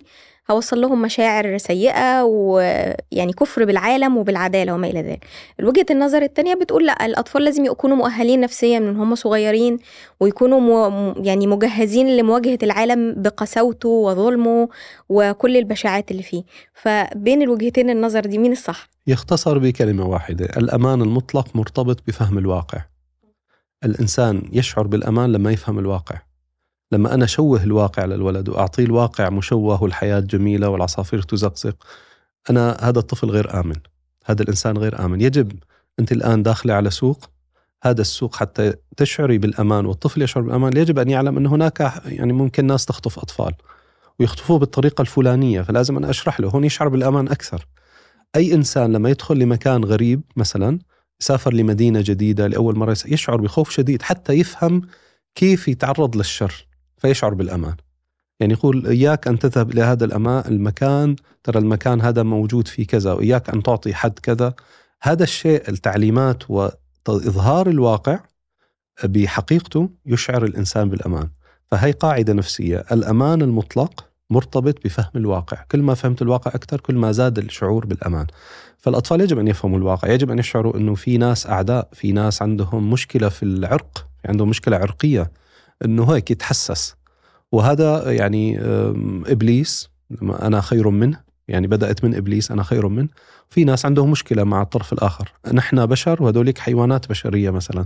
هوصل لهم مشاعر سيئة ويعني كفر بالعالم وبالعدالة وما إلى ذلك. الوجهة النظر التانية بتقول لا، الأطفال لازم يكونوا مؤهلين نفسيا من هم صغيرين، ويكونوا مو يعني مجهزين لمواجهة العالم بقساوته وظلمه وكل البشاعات اللي فيه. فبين الوجهتين النظر دي مين الصح؟ يختصر بكلمة واحدة: الأمان المطلق مرتبط بفهم الواقع. الإنسان يشعر بالأمان لما يفهم الواقع. لما أنا أشوه الواقع للولد وأعطيه الواقع مشوه والحياة جميلة والعصافير تزقزق، أنا هذا الطفل غير آمن، هذا الإنسان غير آمن. يجب أنت الآن داخلة على سوق، هذا السوق حتى تشعري بالأمان والطفل يشعر بالأمان يجب أن يعلم أن هناك يعني ممكن ناس تخطف أطفال ويخطفوه بالطريقة الفلانية، فلازم أنا أشرح له، هون يشعر بالأمان أكثر. أي إنسان لما يدخل لمكان غريب مثلا، يسافر لمدينة جديدة لأول مرة، يشعر بخوف شديد حتى يفهم كيف يتعرض للشر فيشعر بالأمان. يعني يقول إياك أن تذهب إلى هذا الأمان المكان، ترى المكان هذا موجود فيه كذا، وإياك أن تعطي حد كذا. هذا الشيء، التعليمات وإظهار الواقع بحقيقته يشعر الإنسان بالأمان. فهي قاعدة نفسية: الأمان المطلق مرتبط بفهم الواقع. كل ما فهمت الواقع أكثر كل ما زاد الشعور بالأمان. فالأطفال يجب أن يفهموا الواقع، يجب أن يشعروا أنه في ناس أعداء، في ناس عندهم مشكلة في العرق، عندهم مشكلة عرقية، أنه هيك يتحسس. وهذا يعني إبليس أنا خير منه، يعني بدأت من إبليس أنا خير منه. في ناس عندهم مشكلة مع الطرف الآخر، نحن بشر وهذوليك حيوانات بشرية مثلا.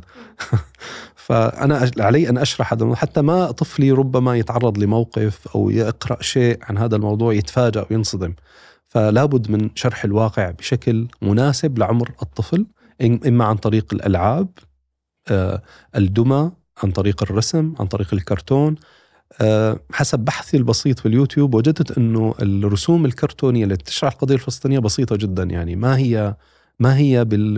فأنا علي أن أشرح هذا حتى ما طفلي ربما يتعرض لموقف أو يقرأ شيء عن هذا الموضوع يتفاجأ وينصدم. فلا بد من شرح الواقع بشكل مناسب لعمر الطفل، إما عن طريق الألعاب، الدمى، عن طريق الرسم، عن طريق الكرتون. حسب بحثي البسيط في اليوتيوب وجدت أنه الرسوم الكرتونية اللي تشرح القضية الفلسطينية بسيطة جدا، يعني ما هي ما هي بال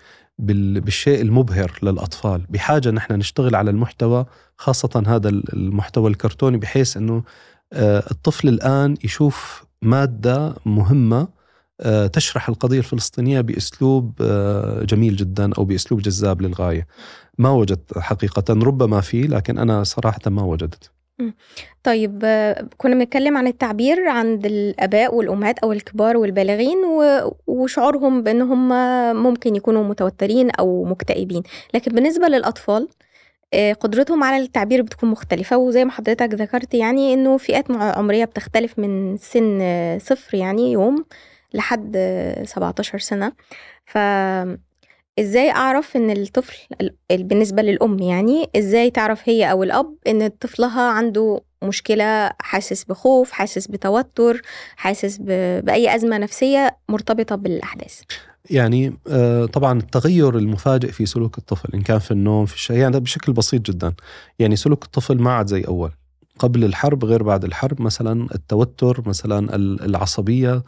بال بالشيء المبهر للأطفال. بحاجة نحن نشتغل على المحتوى، خاصة هذا المحتوى الكرتوني، بحيث أنه الطفل الآن يشوف مادة مهمة تشرح القضية الفلسطينية بأسلوب جميل جدا أو بأسلوب جذاب للغاية. ما وجدت حقيقة، ربما فيه، لكن أنا صراحة ما وجدت. طيب، كنا بنتكلم عن التعبير عند الآباء والأمهات أو الكبار والبالغين وشعورهم بأنهم ممكن يكونوا متوترين أو مكتئبين، لكن بالنسبة للأطفال قدرتهم على التعبير بتكون مختلفة. وزي ما حضرتك ذكرت يعني أنه فئات عمرية بتختلف من سن صفر يعني يوم لحد سبعتاشر سنة. ف ازاي اعرف ان الطفل بالنسبة للأم، يعني ازاي تعرف هي او الأب ان طفلها عنده مشكلة، حاسس بخوف، حاسس بتوتر، حاسس بأي أزمة نفسية مرتبطة بالأحداث؟ يعني طبعا التغير المفاجئ في سلوك الطفل، إن كان في النوم، في الشيء، يعني بشكل بسيط جدا. يعني سلوك الطفل ما عاد زي أول، قبل الحرب غير بعد الحرب. مثلا التوتر، مثلا العصبية،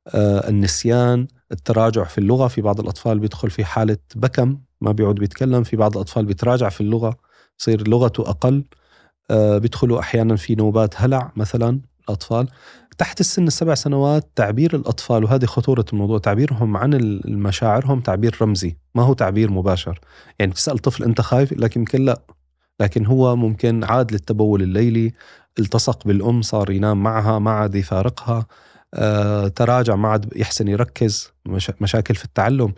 النسيان، التراجع في اللغة. في بعض الأطفال بيدخل في حالة بكم، ما بيعود بيتكلم. في بعض الأطفال بيتراجع في اللغة، يصير لغته أقل. بيدخلوا أحيانا في نوبات هلع مثلا. الأطفال تحت السن السبع سنوات، تعبير الأطفال، وهذه خطورة الموضوع، تعبيرهم عن المشاعرهم تعبير رمزي، ما هو تعبير مباشر. يعني تسأل طفل أنت خايف، لكن يمكن لا، لكن هو ممكن عاد للتبول الليلي، التصق بالأم، صار ينام معها، ما عاد يفارقها، آه، تراجع، ما عاد يحسن يركز، مشا مشاكل في التعلم.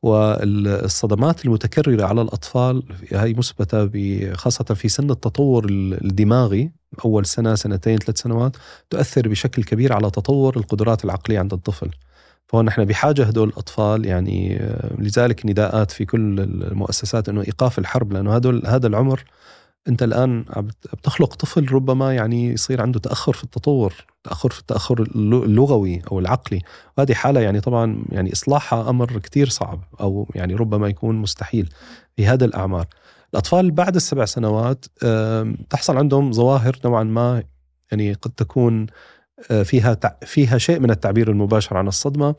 والصدمات المتكررة على الأطفال هي مثبتة خاصة في سن التطور الدماغي، أول سنة، سنتين، ثلاث سنوات، تؤثر بشكل كبير على تطور القدرات العقلية عند الطفل. فهون نحن بحاجة هدول الأطفال، يعني لذلك نداءات في كل المؤسسات أنه إيقاف الحرب، لأنه هدول هذا العمر أنت الآن بتخلق طفل ربما يعني يصير عنده تأخر في التطور، تأخر في التأخر اللغوي أو العقلي. وهذه حالة يعني طبعا يعني إصلاحها أمر كتير صعب، أو يعني ربما يكون مستحيل في هذا الأعمار. الأطفال بعد السبع سنوات تحصل عندهم ظواهر نوعا ما يعني قد تكون فيها فيها شيء من التعبير المباشر عن الصدمة.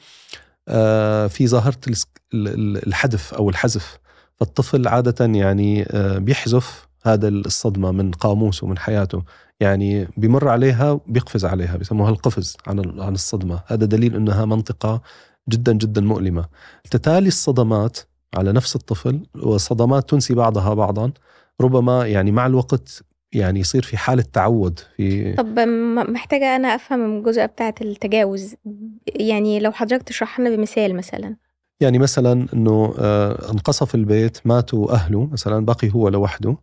في ظاهرة الحذف أو الحذف، فالطفل عادة يعني بيحذف هذا الصدمة من قاموسه، من حياته، يعني بيمر عليها بيقفز عليها، بيسموها القفز عن عن الصدمة. هذا دليل أنها منطقة جدا جدا مؤلمة. تتالي الصدمات على نفس الطفل، وصدمات تنسي بعضها بعضا، ربما يعني مع الوقت يعني يصير في حالة تعود في. طب م- محتاجة أنا أفهم الجزء بتاعة التجاوز، يعني لو حضرتك تشرح لنا بمثال مثلا. يعني مثلا أنه آه، انقصف البيت، ماتوا أهله مثلا، بقي هو لوحده.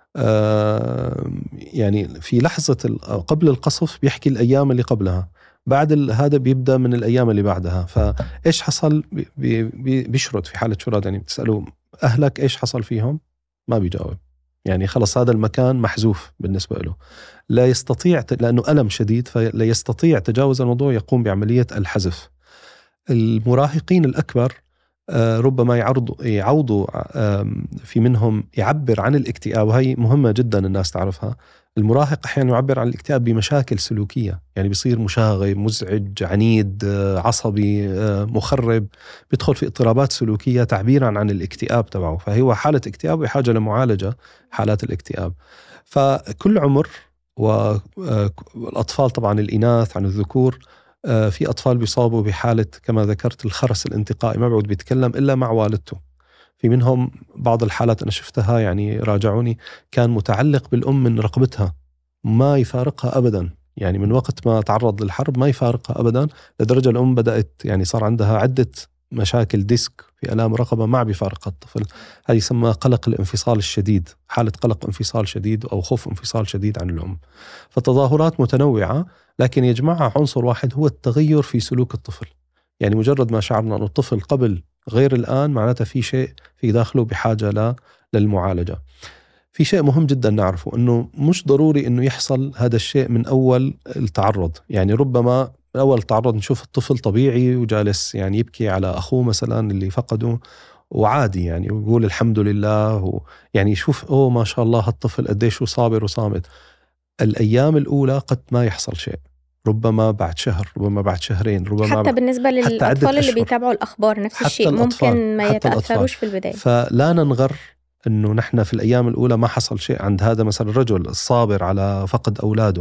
آه، يعني في لحظة ال- قبل القصف بيحكي الأيام اللي قبلها، بعد ال- هذا بيبدأ من الأيام اللي بعدها. فإيش حصل بي- بي- بيشرد في حالة شراد. يعني بتسألوا أهلك إيش حصل فيهم، ما بيجاوب. يعني خلص هذا المكان محذوف بالنسبة له، لا يستطيع ت- لأنه ألم شديد، فلا يستطيع تجاوز الموضوع، يقوم بعملية الحذف. المراهقين الأكبر آه، ربما يعرضوا يعوضوا آم، في منهم يعبر عن الاكتئاب، وهي مهمة جدا الناس تعرفها. المراهق أحيانا يعبر عن الاكتئاب بمشاكل سلوكية، يعني بيصير مشاغب، مزعج، عنيد، آه، عصبي، آه، مخرب، بيدخل في اضطرابات سلوكية تعبيرا عن الاكتئاب تبعه. فهو حالة اكتئاب وحاجة لمعالجة حالات الاكتئاب. فكل عمر، والأطفال طبعا الإناث عن الذكور، آه، في أطفال بيصابوا بحالة كما ذكرت الخرس الانتقائي، ما بعد بيتكلم إلا مع والدته. في منهم بعض الحالات أنا شفتها، يعني راجعوني، كان متعلق بالأم من رقبتها، ما يفارقها أبدا. يعني من وقت ما تعرض للحرب ما يفارقها أبدا، لدرجة الأم بدأت يعني صار عندها عدة مشاكل ديسك في آلام رقبة، ما بيفارقها الطفل. هذه يسمى قلق الانفصال الشديد، حالة قلق انفصال شديد أو خوف انفصال شديد عن الأم. فالتظاهرات متنوعة، لكن يجمعها عنصر واحد هو التغير في سلوك الطفل. يعني مجرد ما شعرنا أن الطفل قبل غير الآن، معناته في شيء في داخله بحاجة ل- للمعالجة. في شيء مهم جدا نعرفه، أنه مش ضروري أنه يحصل هذا الشيء من أول التعرض. يعني ربما من أول التعرض نشوف الطفل طبيعي وجالس يعني يبكي على أخوه مثلا اللي فقده، وعادي يعني، ويقول الحمد لله، يعني يشوف أوه ما شاء الله هالطفل قديش هو صابر وصامت. الأيام الأولى قد ما يحصل شيء، ربما بعد شهر، ربما بعد شهرين، ربما حتى بعد بالنسبة حتى عدة للأطفال اللي أشهر. بيتابعوا الأخبار نفس حتى الشيء، الأطفال ممكن ما حتى الأطفال يتأثروش في البداية. فلا ننغر أنه نحن في الأيام الأولى ما حصل شيء عند هذا مثلا الرجل الصابر على فقد أولاده.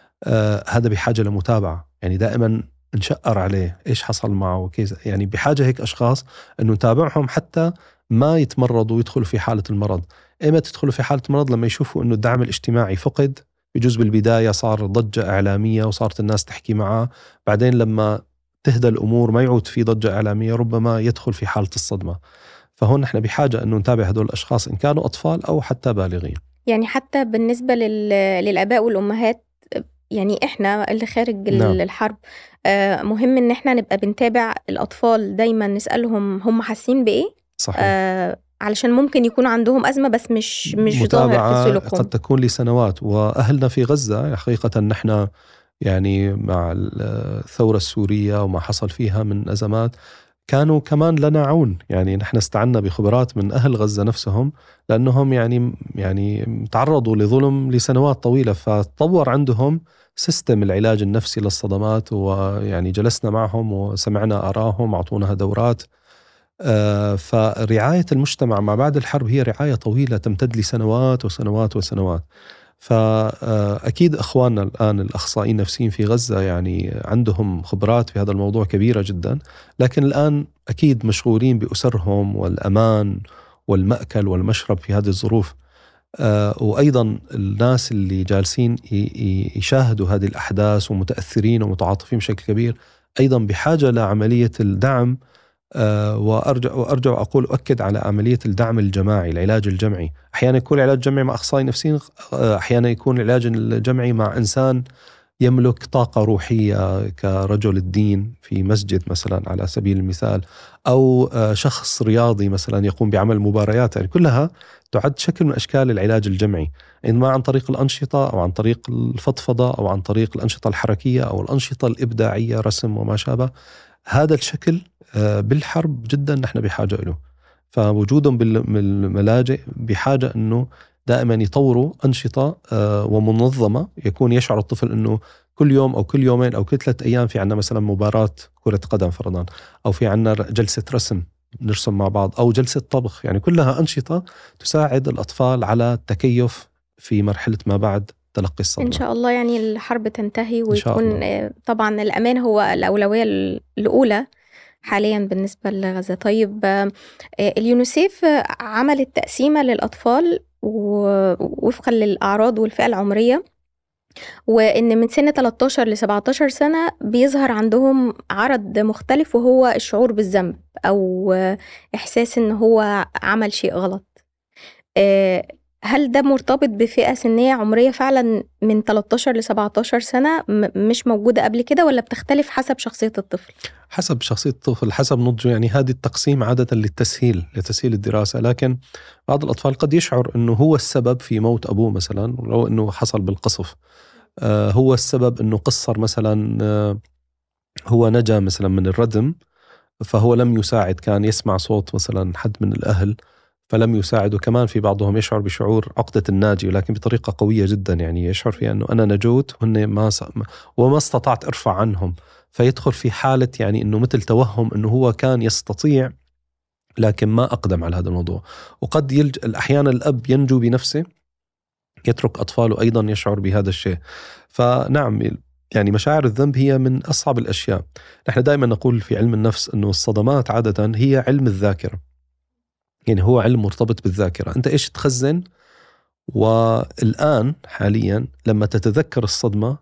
آه هذا بحاجة لمتابعة، يعني دائما نشقر عليه إيش حصل معه وكيف. يعني بحاجة هيك أشخاص أنه نتابعهم حتى ما يتمرضوا ويدخلوا في حالة المرض. إيمتى تدخلوا في حالة المرض؟ لما يشوفوا أنه الدعم الاجتماعي فقد. بجوز بالبداية صار ضجة إعلامية وصارت الناس تحكي معه، بعدين لما تهدى الأمور ما يعود في ضجة إعلامية، ربما يدخل في حالة الصدمة. فهون نحن بحاجة أنه نتابع هدول الأشخاص إن كانوا أطفال أو حتى بالغين. يعني حتى بالنسبة لل... للآباء والأمهات، يعني إحنا اللي خارج نعم الحرب، آه، مهم إن إحنا نبقى بنتابع الأطفال دايما، نسألهم هم حاسين بإيه. صحيح. آه، علشان ممكن يكون عندهم أزمة بس مش مش ظاهر في متابعة قد سلوكهم. تكون لسنوات. وأهلنا في غزة حقيقة نحن يعني مع الثورة السورية وما حصل فيها من أزمات، كانوا كمان لنا عون. يعني نحن استعنا بخبرات من أهل غزة نفسهم، لأنهم يعني يعني تعرضوا لظلم لسنوات طويلة، فتطور عندهم سيستم العلاج النفسي للصدمات. ويعني جلسنا معهم وسمعنا آرائهم وأعطوناها دورات. آه، فرعاية المجتمع ما بعد الحرب هي رعاية طويلة تمتد لسنوات وسنوات وسنوات. فأكيد أخواننا الآن الأخصائيين النفسيين في غزة يعني عندهم خبرات في هذا الموضوع كبيرة جدا، لكن الآن أكيد مشغولين بأسرهم والأمان والمأكل والمشرب في هذه الظروف. آه، وأيضا الناس اللي جالسين يشاهدوا هذه الأحداث ومتأثرين ومتعاطفين بشكل كبير، أيضا بحاجة لعملية الدعم. أه وأرجع وأرجع وأقول أؤكد على عملية الدعم الجماعي، العلاج الجمعي. أحيانا يكون العلاج الجمعي مع أخصائي نفسي، أحيانا يكون العلاج الجمعي مع إنسان يملك طاقة روحية كرجل الدين في مسجد مثلا على سبيل المثال، أو شخص رياضي مثلا يقوم بعمل مباريات. يعني كلها تعد شكل من أشكال العلاج الجمعي، إما عن طريق الأنشطة أو عن طريق الفضفضة أو عن طريق الأنشطة الحركية أو الأنشطة الإبداعية، رسم وما شابه. هذا الشكل بالحرب جدا نحن بحاجة له. فوجودهم بالملاجئ بحاجة أنه دائما يطوروا أنشطة ومنظمة، يكون يشعر الطفل أنه كل يوم أو كل يومين أو كل ثلاثة أيام في عنا مثلا مباراة كرة قدم فرضا، أو في عنا جلسة رسم نرسم مع بعض، أو جلسة طبخ. يعني كلها أنشطة تساعد الأطفال على التكيف في مرحلة ما بعد تلقي الصدمة. إن شاء الله يعني الحرب تنتهي ويكون طبعا الأمان هو الأولوية الأولى حاليا بالنسبة لغزة. طيب اليونيسيف عملت تقسيمة للأطفال ووفقا للأعراض والفئة العمرية، وإن من سن ثلاثة عشر ل سبعة عشر سنة بيظهر عندهم عرض مختلف، وهو الشعور بالذنب أو إحساس إن هو عمل شيء غلط. آه، هل ده مرتبط بفئة سنية عمرية فعلا من ثلاثة عشر ل سبعة عشر سنة مش موجودة قبل كده، ولا بتختلف حسب شخصية الطفل؟ حسب شخصية الطفل، حسب نضجه. يعني هذه التقسيم عادة للتسهيل لتسهيل الدراسة، لكن بعض الأطفال قد يشعر أنه هو السبب في موت أبوه مثلا، ولو أنه حصل بالقصف. آه هو السبب أنه قصر مثلا، آه هو نجا مثلا من الردم فهو لم يساعد، كان يسمع صوت مثلا حد من الأهل فلم يساعد. وكمان في بعضهم يشعر بشعور عقدة الناجي، ولكن بطريقة قوية جدا، يعني يشعر فيها أنه أنا نجوت وهن ما س... وما استطعت أرفع عنهم، فيدخل في حالة يعني أنه مثل توهم أنه هو كان يستطيع لكن ما أقدم على هذا الموضوع. وقد يلج... أحيانا الأب ينجو بنفسه، يترك أطفاله أيضا يشعر بهذا الشيء. فنعم، يعني مشاعر الذنب هي من أصعب الأشياء. نحن دائما نقول في علم النفس أنه الصدمات عادة هي علم الذاكرة، يعني هو علم مرتبط بالذاكرة. أنت إيش تخزن، والآن حاليا لما تتذكر الصدمة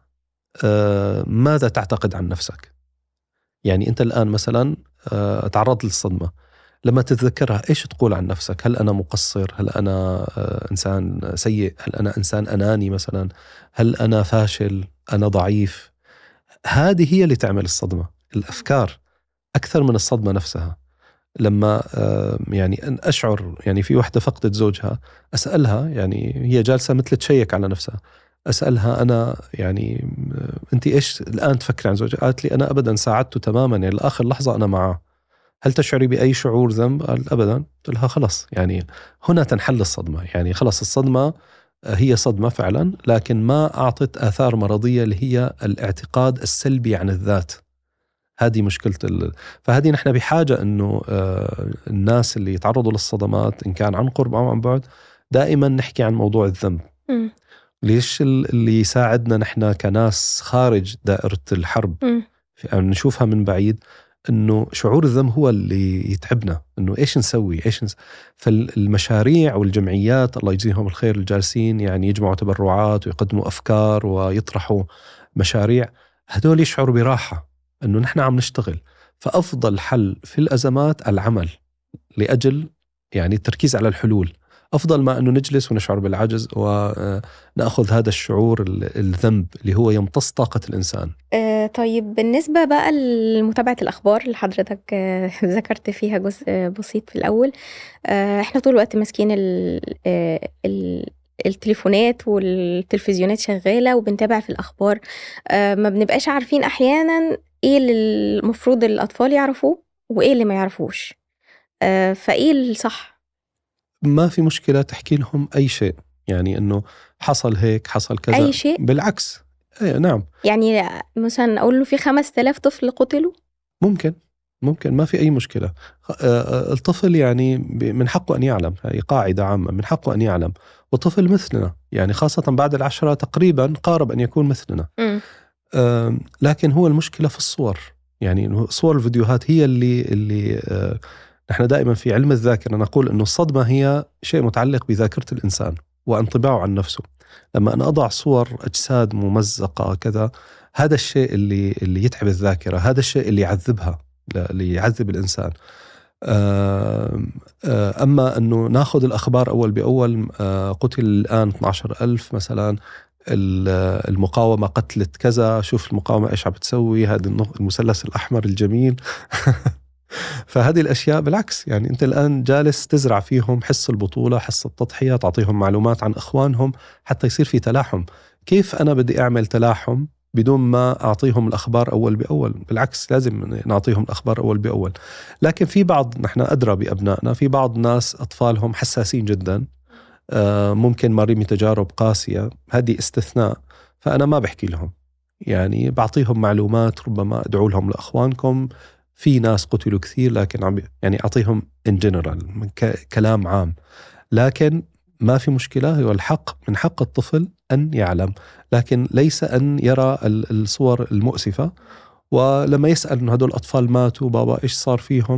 آه ماذا تعتقد عن نفسك؟ يعني أنت الآن مثلا آه تعرضت للصدمة، لما تتذكرها إيش تقول عن نفسك؟ هل أنا مقصر؟ هل أنا آه إنسان سيء؟ هل أنا إنسان أناني مثلا؟ هل أنا فاشل؟ أنا ضعيف؟ هذه هي اللي تعمل الصدمة، الأفكار أكثر من الصدمة نفسها. لما يعني أن أشعر، يعني في واحدة فقدت زوجها، أسألها، يعني هي جالسة مثل تشيك على نفسها، أسألها أنا يعني أنت إيش الآن تفكر عن زوجها؟ قالت لي أنا أبدا ساعدته تماما، يعني لآخر لحظة أنا معه. هل تشعري بأي شعور ذنب؟ قال أبدا. قلت لها خلص، يعني هنا تنحل الصدمة، يعني خلص الصدمة هي صدمة فعلا، لكن ما أعطت آثار مرضية اللي هي الاعتقاد السلبي عن الذات. هذه مشكلة ال... فهذه نحن بحاجة أنه آه الناس اللي يتعرضوا للصدمات إن كان عن قرب أو عن بعد دائما نحكي عن موضوع الذنب. م. ليش اللي يساعدنا نحن كناس خارج دائرة الحرب يعني نشوفها من بعيد، أنه شعور الذنب هو اللي يتعبنا، أنه إيش نسوي إيش نس... فالمشاريع والجمعيات الله يجزيهم الخير الجالسين يعني يجمعوا تبرعات ويقدموا أفكار ويطرحوا مشاريع، هدول يشعروا براحة أنه نحن عم نشتغل. فأفضل حل في الأزمات العمل لأجل يعني التركيز على الحلول، أفضل ما أنه نجلس ونشعر بالعجز ونأخذ هذا الشعور الذنب اللي هو يمتص طاقة الإنسان. آه طيب، بالنسبة بقى لمتابعة الأخبار اللي حضرتك آه ذكرت فيها جزء آه بسيط في الأول، آه إحنا طول الوقت ماسكين آه التليفونات والتلفزيونات شغالة وبنتابع في الأخبار، آه ما بنبقاش عارفين أحيانا إيه اللي المفروض الأطفال يعرفوه وإيه اللي ما يعرفوش، آه فإيه الصح؟ ما في مشكلة تحكي لهم أي شيء، يعني أنه حصل هيك حصل كذا، أي شيء؟ بالعكس. أيه نعم، يعني مثلا أقول له في خمس تلاف طفل قتلوا، ممكن ممكن ما في أي مشكلة. الطفل يعني من حقه أن يعلم، هي قاعدة عامة، من حقه أن يعلم، والطفل مثلنا يعني خاصة بعد العشرة تقريبا قارب أن يكون مثلنا. م. لكن هو المشكلة في الصور، يعني صور الفيديوهات هي اللي اللي نحن دائما في علم الذاكرة نقول أنه الصدمة هي شيء متعلق بذاكرة الإنسان وانطباعه عن نفسه. لما أنا أضع صور أجساد ممزقة كذا، هذا الشيء اللي اللي يتعب الذاكرة، هذا الشيء اللي يعذبها، اللي يعذب الإنسان. أما أنه ناخذ الأخبار أول بأول، قتل الآن اثنا عشر ألف مثلا، المقاومة قتلت كذا، شوف المقاومة إيش عم بتسوي، هذا المثلث الأحمر الجميل. فهذه الأشياء بالعكس، يعني أنت الآن جالس تزرع فيهم حس البطولة، حس التضحية، تعطيهم معلومات عن إخوانهم حتى يصير في تلاحم. كيف أنا بدي أعمل تلاحم بدون ما أعطيهم الأخبار أول بأول؟ بالعكس لازم نعطيهم الأخبار أول بأول. لكن في بعض، نحن أدرى بأبنائنا، في بعض ناس أطفالهم حساسين جدا، ممكن مارين تجارب قاسية، هذه استثناء، فأنا ما بحكي لهم، يعني بعطيهم معلومات، ربما أدعو لهم لأخوانكم في ناس قتلوا كثير، لكن عم يعني أعطيهم in general كلام عام. لكن ما في مشكلة، هو الحق من حق الطفل أن يعلم، لكن ليس أن يرى الصور المؤسفة. ولما يسأل إنه هدول الأطفال ماتوا بابا إيش صار فيهم،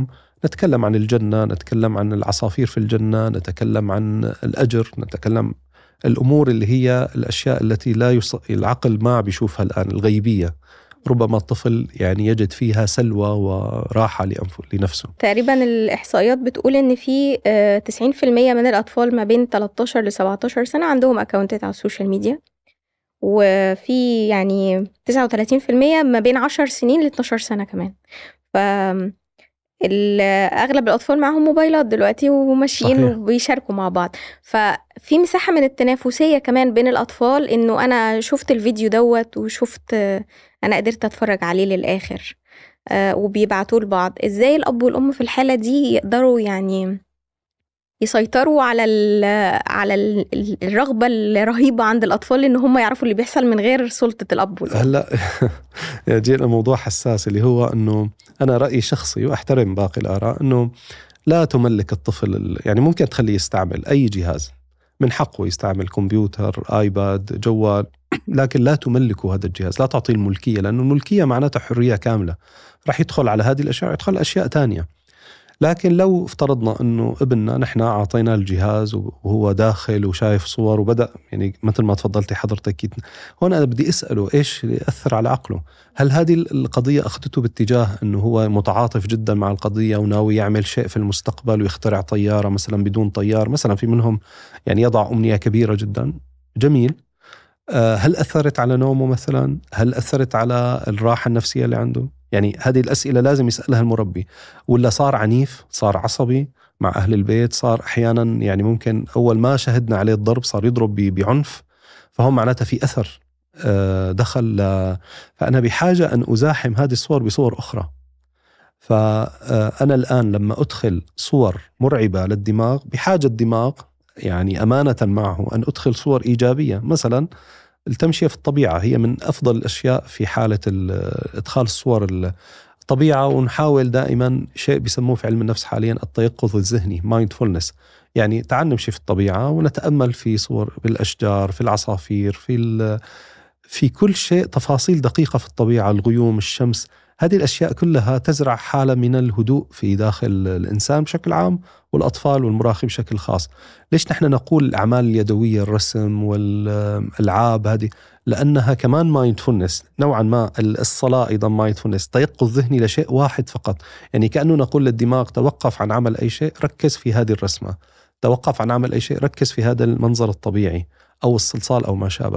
نتكلم عن الجنة، نتكلم عن العصافير في الجنة، نتكلم عن الأجر، نتكلم الأمور اللي هي الأشياء التي لا يص... العقل ما بيشوفها الآن، الغيبية. ربما الطفل يعني يجد فيها سلوى وراحة لأنف- لنفسه. تقريبا الإحصائيات بتقول إن في آه، تسعين في المية من الأطفال ما بين تلتاشر ل سبعتاشر سنة عندهم أكاونتات على السوشيال ميديا، وفي يعني تسعة وتلاتين في المية ما بين عشر سنين ل اتناشر سنة كمان. ف ال- أغلب الأطفال معاهم موبايلات دلوقتي وماشيين صحيح. وبيشاركوا مع بعض، ففي مساحة من التنافسية كمان بين الأطفال، إنه أنا شفت الفيديو دوت وشفت آه، أنا قدرت أتفرج عليه للآخر، آه، وبيبعتوه لبعض. إزاي الأب والأم في الحالة دي يقدروا يعني يسيطروا على ال على ال الرغبة الرهيبة عند الأطفال إن هم يعرفوا اللي بيحصل من غير سلطة الأب والأم؟ هلا جينا موضوع حساس اللي هو أنه أنا رأيي شخصي وأحترم باقي الآراء، أنه لا تملك الطفل ال- يعني ممكن تخليه يستعمل أي جهاز، من حقه يستعمل كمبيوتر، آيباد، جوال، لكن لا تملكه هذا الجهاز، لا تعطيه الملكية، لأنه الملكية معناتها حرية كاملة. راح يدخل على هذه الأشياء، يدخل أشياء تانية. لكن لو افترضنا أنه ابننا نحن أعطينا الجهاز وهو داخل وشايف صور وبدأ يعني مثل ما تفضلتي حضرتك، هون أنا بدي أسأله إيش اللي يأثر على عقله؟ هل هذه القضية أخذته باتجاه أنه هو متعاطف جدا مع القضية وناوي يعمل شيء في المستقبل ويخترع طيارة مثلا بدون طيار مثلا؟ في منهم يعني يضع أمنية كبيرة جدا، جميل. آه، هل أثرت على نومه مثلا؟ هل أثرت على الراحة النفسية اللي عنده؟ يعني هذه الأسئلة لازم يسألها المربي. ولا صار عنيف، صار عصبي مع أهل البيت، صار أحيانا يعني ممكن أول ما شهدنا عليه الضرب صار يضرب ب- بعنف، فهم معناتها في أثر آه، دخل. ل- فأنا بحاجة أن أزاحم هذه الصور بصور أخرى. فأنا الآن لما أدخل صور مرعبة للدماغ، بحاجة الدماغ يعني أمانة معه أن أدخل صور إيجابية. مثلا التمشية في الطبيعة هي من أفضل الأشياء في حالة ال- إدخال الصور الطبيعة. ونحاول دائما شيء بيسموه في علم النفس حاليا التيقظ الذهني، mindfulness. يعني تعال نمشي في الطبيعة ونتأمل في صور بالأشجار، في العصافير، في ال- في كل شيء، تفاصيل دقيقة في الطبيعة، الغيوم، الشمس. هذه الأشياء كلها تزرع حالة من الهدوء في داخل الإنسان بشكل عام، والأطفال والمراهقين بشكل خاص. ليش نحن نقول الأعمال اليدوية، الرسم والألعاب هذه؟ لأنها كمان مايندفولنس نوعا ما. الصلاة أيضا مايندفولنس، تيقظ ذهني لشيء واحد فقط. يعني كأنه نقول للدماغ توقف عن عمل أي شيء، ركز في هذه الرسمة. توقف عن عمل أي شيء، ركز في هذا المنظر الطبيعي أو الصلصال أو ما شابه.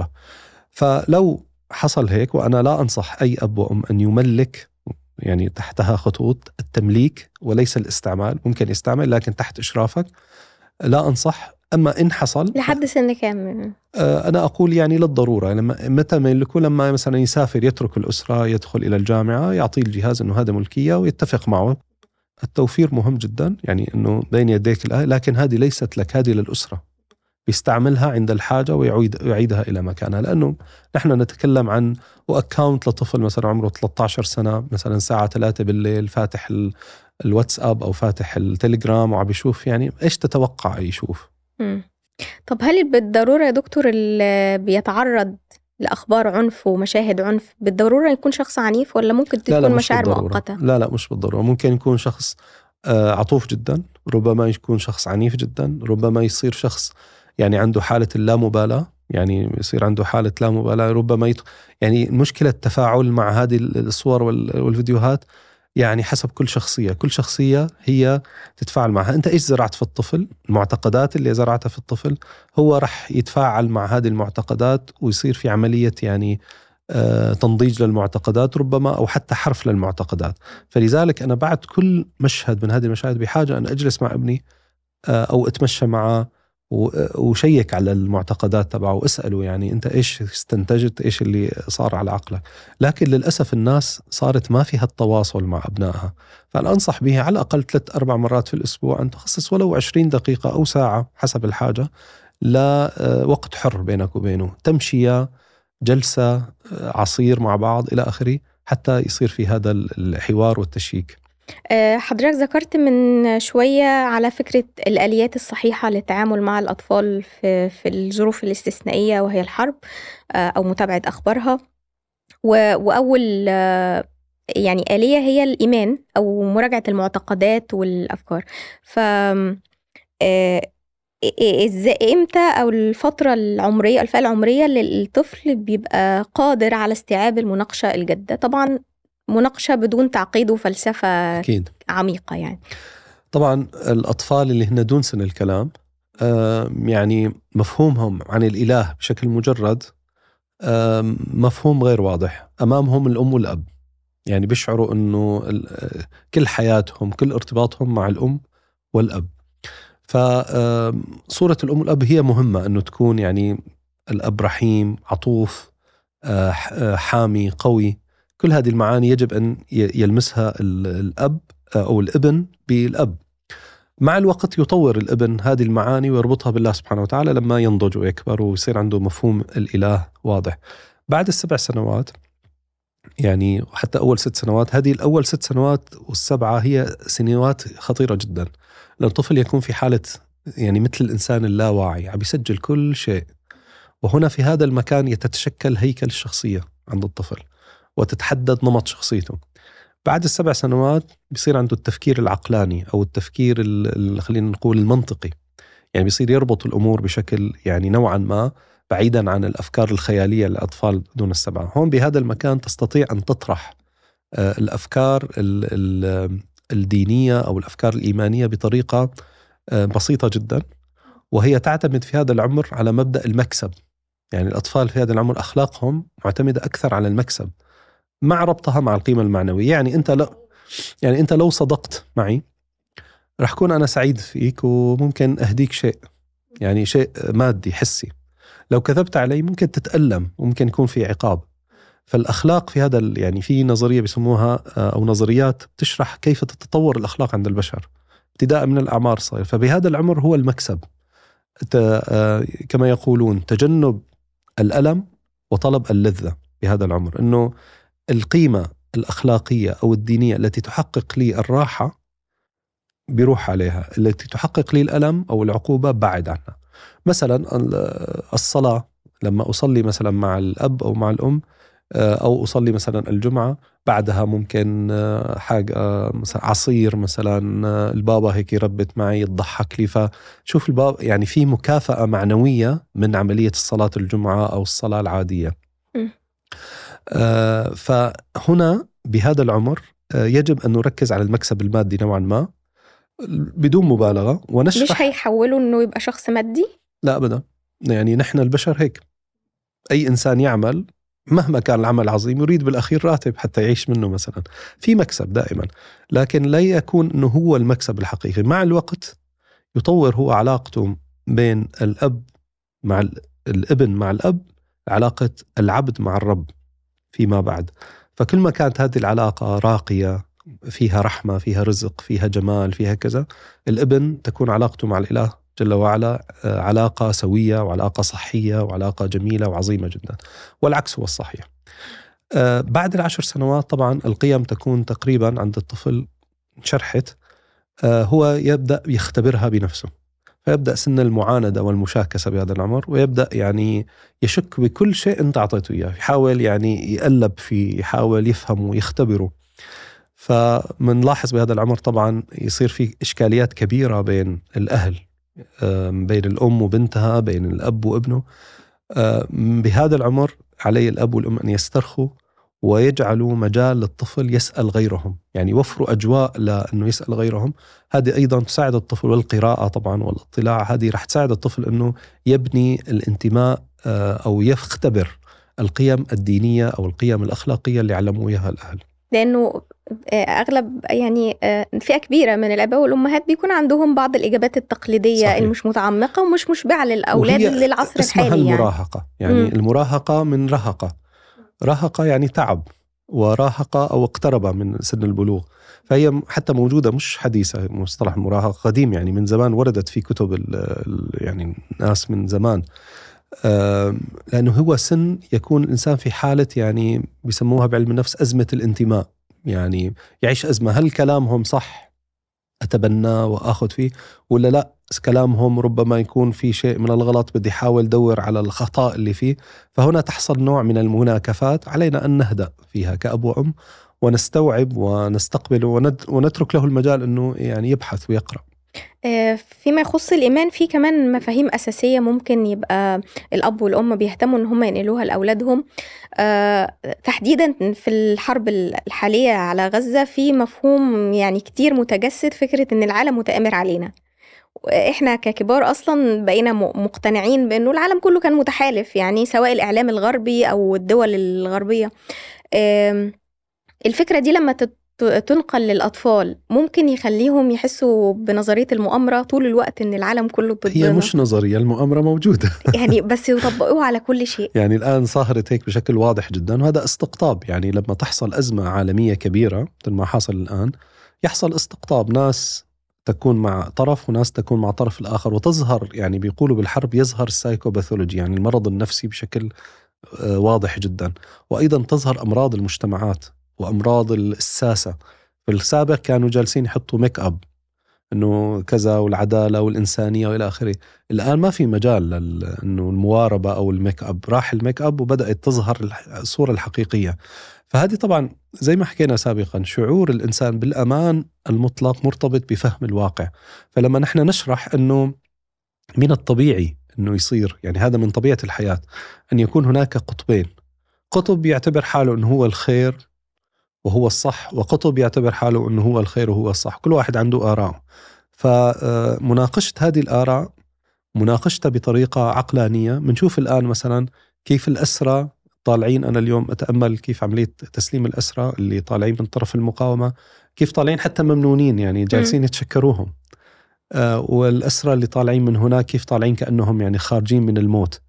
فلو حصل هيك، وأنا لا أنصح أي أب وأم أن يملك، يعني تحتها خطوط التمليك وليس الاستعمال. ممكن يستعمل لكن تحت إشرافك، لا أنصح. أما إن حصل لحد سن كام؟ آه، أنا أقول يعني للضرورة. لما متى ما يملكه، لما مثلا يسافر، يترك الأسرة، يدخل إلى الجامعة، يعطيه الجهاز أنه هذا ملكية ويتفق معه. التوفير مهم جدا، يعني أنه بين يديك الآية، لكن هذه ليست لك، هذه للأسرة. بيستعملها عند الحاجة ويعيد يعيدها إلى مكانها. لأنه نحن نتكلم عن وأكاونت لطفل مثلا عمره ثلاثة عشر سنة، مثلا الساعة ثلاثة بالليل فاتح ال- الواتساب أو فاتح التليجرام وعم بيشوف، يعني إيش تتوقع يشوف؟ مم. طب هل بالضرورة يا دكتور اللي بيتعرض لأخبار عنف ومشاهد عنف بالضرورة يكون شخص عنيف، ولا ممكن لا لا تكون مش مشاعر بالضرورة، مؤقتة؟ لا لا مش بالضرورة. ممكن يكون شخص آه، عطوف جدا، ربما يكون شخص عنيف جدا، ربما يصير شخص يعني عنده حالة اللامبالاة، يعني يصير عنده حالة لا مبالاة. ربما يت... يعني مشكلة تفاعل مع هذه الصور وال- والفيديوهات. يعني حسب كل شخصية، كل شخصية هي تتفاعل معها. أنت إيش زرعت في الطفل؟ المعتقدات اللي زرعتها في الطفل، هو رح يتفاعل مع هذه المعتقدات ويصير في عملية يعني آه، تنضيج للمعتقدات ربما، أو حتى حرف للمعتقدات. فلذلك أنا بعد كل مشهد من هذه المشاهد بحاجة أن أجلس مع ابني آه، أو أتمشى معه وشيك على المعتقدات تبعه وأسأله يعني أنت إيش استنتجت، إيش اللي صار على عقلك. لكن للأسف الناس صارت ما فيها التواصل مع أبنائها. فأنا أنصح به على الأقل ثلاث أربع مرات في الأسبوع أن تخصص ولو عشرين دقيقة أو ساعة حسب الحاجة لوقت حر بينك وبينه، تمشية، جلسة، عصير مع بعض إلى آخره، حتى يصير في هذا الحوار والتشيك. آه، حضرتك ذكرت من شوية على فكرة الآليات الصحيحة للتعامل مع الأطفال في, في الظروف الاستثنائية وهي الحرب، آه، أو متابعة أخبارها. و- وأول آه، يعني آلية هي الإيمان أو مراجعة المعتقدات والأفكار. ف آه، ازاي امتى او الفتره العمريه الفئه العمريه اللي الطفل بيبقى قادر على استيعاب المناقشه الجاده؟ طبعا مناقشه بدون تعقيد وفلسفه أكيد. عميقه يعني. طبعا الأطفال اللي هن دون سن الكلام آه يعني مفهومهم عن الإله بشكل مجرد آه مفهوم غير واضح. أمامهم الأم والأب، يعني بيشعروا أنه كل حياتهم كل ارتباطهم مع الأم والأب. فصورة الأم والأب هي مهمة، أنه تكون يعني الأب رحيم عطوف حامي قوي. كل هذه المعاني يجب أن يلمسها الأب أو الابن بالأب. مع الوقت يطور الابن هذه المعاني ويربطها بالله سبحانه وتعالى لما ينضج ويكبر ويصير عنده مفهوم الإله واضح. بعد السبع سنوات يعني حتى أول ست سنوات، هذه الأول ست سنوات والسبعة هي سنوات خطيرة جدا، لأن الطفل يكون في حالة يعني مثل الإنسان اللاواعي، عم يسجل كل شيء. وهنا في هذا المكان يتشكل هيكل الشخصية عند الطفل وتتحدد نمط شخصيته. بعد السبع سنوات بيصير عنده التفكير العقلاني أو التفكير خلينا نقول المنطقي، يعني بيصير يربط الأمور بشكل يعني نوعا ما بعيدا عن الأفكار الخيالية للأطفال دون السبعة. هون بهذا المكان تستطيع أن تطرح الأفكار الدينية أو الأفكار الإيمانية بطريقة بسيطة جدا، وهي تعتمد في هذا العمر على مبدأ المكسب. يعني الأطفال في هذا العمر أخلاقهم معتمدة أكثر على المكسب مع ربطها مع القيمة المعنوية. يعني أنت لو يعني أنت لو صدقت معي رح كون أنا سعيد فيك وممكن أهديك شيء، يعني شيء مادي حسي. لو كذبت علي ممكن تتألم وممكن يكون في عقاب. فالأخلاق في هذا يعني في نظرية بيسموها أو نظريات بتشرح كيف تتطور الأخلاق عند البشر ابتداء من الأعمار الصغيرة. فبهذا العمر هو المكسب، كما يقولون تجنب الألم وطلب اللذة. بهذا العمر إنه القيمة الأخلاقية أو الدينية التي تحقق لي الراحة بيروح عليها، التي تحقق لي الألم أو العقوبة بعد عنها. مثلا الصلاة، لما أصلي مثلا مع الأب أو مع الأم أو أصلي مثلا الجمعة، بعدها ممكن حاجة مثلا عصير مثلا البابا هيك يربت معي يضحك لي، فشوف البابا يعني في مكافأة معنوية من عملية الصلاة الجمعة أو الصلاة العادية. آه فهنا بهذا العمر آه يجب أن نركز على المكسب المادي نوعا ما بدون مبالغة ونشرح. مش هيحوله أنه يبقى شخص مادي؟ لا أبدا، يعني نحن البشر هيك، أي إنسان يعمل مهما كان العمل عظيم يريد بالأخير راتب حتى يعيش منه مثلا، في مكسب دائما، لكن لا يكون أنه هو المكسب الحقيقي. مع الوقت يطور هو علاقته بين الأب مع الابن مع الأب، علاقة العبد مع الرب فيما بعد. فكل ما كانت هذه العلاقة راقية فيها رحمة فيها رزق فيها جمال فيها كذا، الابن تكون علاقته مع الإله جل وعلا علاقة سوية وعلاقة صحية وعلاقة جميلة وعظيمة جدا، والعكس هو الصحيح. بعد العشر سنوات طبعا القيم تكون تقريبا عند الطفل شرحت، هو يبدأ يختبرها بنفسه، فيبدأ سن المعاندة والمشاكسة بهذا العمر، ويبدأ يعني يشك بكل شيء أنت أعطيته إياه، يحاول يعني يقلب فيه، يحاول يفهمه ويختبره. فمنلاحظ بهذا العمر طبعا يصير في إشكاليات كبيرة بين الأهل، بين الأم وبنتها، بين الأب وابنه. بهذا العمر علي الأب والأم أن يسترخوا ويجعلوا مجال للطفل يسأل غيرهم، يعني يوفروا أجواء لأنه يسأل غيرهم. هذه أيضا تساعد الطفل، والقراءة طبعا والاطلاع هذه رح تساعد الطفل أنه يبني الانتماء أو يختبر القيم الدينية أو القيم الأخلاقية اللي علموا إياها الأهل. لأنه أغلب يعني فئة كبيرة من الآباء والأمهات بيكون عندهم بعض الإجابات التقليدية صحيح. المش متعمقة ومش مشبعة للأولاد للعصر الحالي. اسمها المراهقة يعني, يعني المراهقة من رهقة، رهقة يعني تعب، وراهقة أو اقترب من سن البلوغ. فهي حتى موجودة مش حديثة، مصطلح المراهقة قديم يعني من زمان، وردت في كتب يعني الناس من زمان، لأنه هو سن يكون الإنسان في حالة يعني بيسموها بعلم النفس أزمة الانتماء، يعني يعيش أزمة، هل كلامهم صح أتبناه وأخذ فيه، ولا لا كلامهم ربما يكون في شيء من الغلط، بدي أحاول أدور على الخطأ اللي فيه. فهنا تحصل نوع من المناكفات، علينا أن نهدأ فيها كأب وأم ونستوعب ونستقبل ونترك له المجال أنه يعني يبحث ويقرأ. فيما يخص الإيمان، في كمان مفاهيم أساسية ممكن يبقى الأب والأم بيهتموا إن هم ينقلوها لأولادهم. تحديدا في الحرب الحالية على غزة في مفهوم يعني كتير متجسد، فكرة إن العالم متآمر علينا. إحنا ككبار أصلا بقينا مقتنعين بأنه العالم كله كان متحالف، يعني سواء الإعلام الغربي أو الدول الغربية. الفكرة دي لما تنقل للأطفال ممكن يخليهم يحسوا بنظرية المؤامرة طول الوقت، إن العالم كله ضدنا. هي مش نظرية، المؤامرة موجودة يعني بس يطبقوها على كل شيء. يعني الآن صارت هيك بشكل واضح جدا، وهذا استقطاب. يعني لما تحصل أزمة عالمية كبيرة مثل ما حصل الآن، يحصل استقطاب، ناس تكون مع طرف وناس تكون مع طرف الآخر، وتظهر يعني بيقولوا بالحرب يظهر السايكوباثولوجي، يعني المرض النفسي بشكل واضح جدا. وأيضا تظهر أمراض المجتمعات وأمراض الساسة. في السابق كانوا جالسين يحطوا ميك أب إنه كذا والعدالة والإنسانية وإلى آخره. الآن ما في مجال إنه المواربة أو الميك أب، راح الميك أب وبدأت تظهر الصورة الحقيقية. فهذه طبعا زي ما حكينا سابقا، شعور الإنسان بالأمان المطلق مرتبط بفهم الواقع. فلما نحن نشرح إنه من الطبيعي إنه يصير، يعني هذا من طبيعة الحياة، أن يكون هناك قطبين، قطب يعتبر حاله إنه هو الخير وهو الصح، وقطب يعتبر حاله إنه هو الخير وهو الصح، كل واحد عنده آراء. فمناقشة هذه الآراء، مناقشتها بطريقة عقلانية. منشوف الآن مثلا كيف الأسرى طالعين، أنا اليوم أتأمل كيف عملية تسليم الأسرى اللي طالعين من طرف المقاومة، كيف طالعين حتى ممنونين، يعني جالسين يتشكروهم. آه والأسرى اللي طالعين من هناك كيف طالعين كأنهم يعني خارجين من الموت.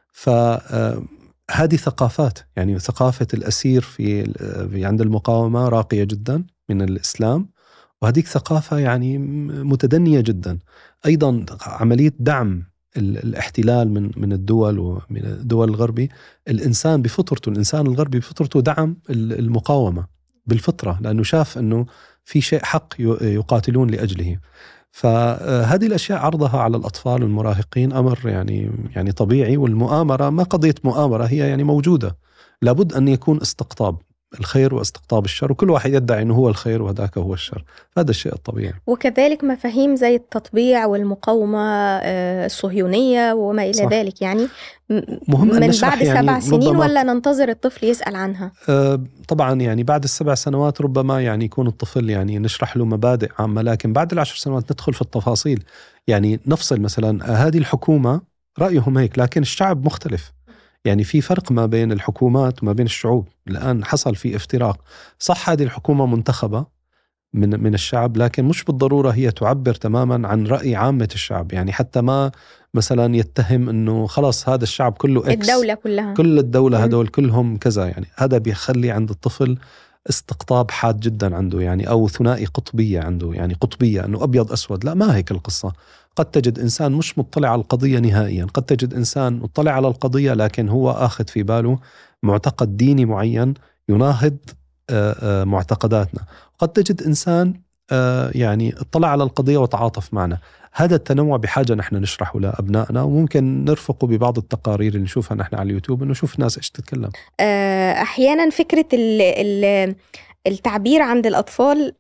فهذه ثقافات، يعني ثقافة الأسير في عند المقاومة راقية جدا من الإسلام، وهذه ثقافة يعني متدنية جدا. أيضا عملية دعم الاحتلال من من الدول ومن الدول الغربي، الإنسان بفطرته، الإنسان الغربي بفطرته دعم المقاومة بالفطرة، لأنه شاف أنه في شيء حق يقاتلون لأجله. فهذه الأشياء عرضها على الأطفال والمراهقين أمر يعني يعني طبيعي. والمؤامرة ما قضية مؤامرة، هي يعني موجودة، لابد أن يكون استقطاب الخير واستقطاب الشر، وكل واحد يدعي أنه هو الخير وهذاك هو الشر. هذا الشيء الطبيعي. وكذلك مفاهيم زي التطبيع والمقاومة الصهيونية وما إلى صح. ذلك يعني مهم من بعد يعني سبع سنين ولا ننتظر الطفل يسأل عنها؟ آه طبعا يعني بعد السبع سنوات ربما يعني يكون الطفل يعني نشرح له مبادئ عامة، لكن بعد العشر سنوات ندخل في التفاصيل. يعني نفصل مثلا هذه الحكومة رأيهم هيك، لكن الشعب مختلف. يعني في فرق ما بين الحكومات وما بين الشعوب. الآن حصل في افتراق. صح هذه الحكومة منتخبة من من الشعب، لكن مش بالضرورة هي تعبر تماما عن رأي عامة الشعب. يعني حتى ما مثلا يتهم انه خلاص هذا الشعب كله اكس، الدولة كلها، كل الدولة هدول كلهم كذا. يعني هذا بيخلي عند الطفل استقطاب حاد جدا عنده، يعني او ثنائي قطبية عنده، يعني قطبية انه ابيض اسود. لا، ما هيك القصة. قد تجد إنسان مش مطلع على القضية نهائيا، قد تجد إنسان مطلع على القضية لكن هو آخذ في باله معتقد ديني معين يناهض معتقداتنا. قد تجد إنسان يعني اطلع على القضية وتعاطف معنا. هذا التنوع بحاجة نحن نشرحه لأبنائنا، وممكن نرفقه ببعض التقارير اللي نشوفها نحن على اليوتيوب، إنه نشوف ناس إيش تتكلم. أحيانا فكرة التعبير عند الأطفال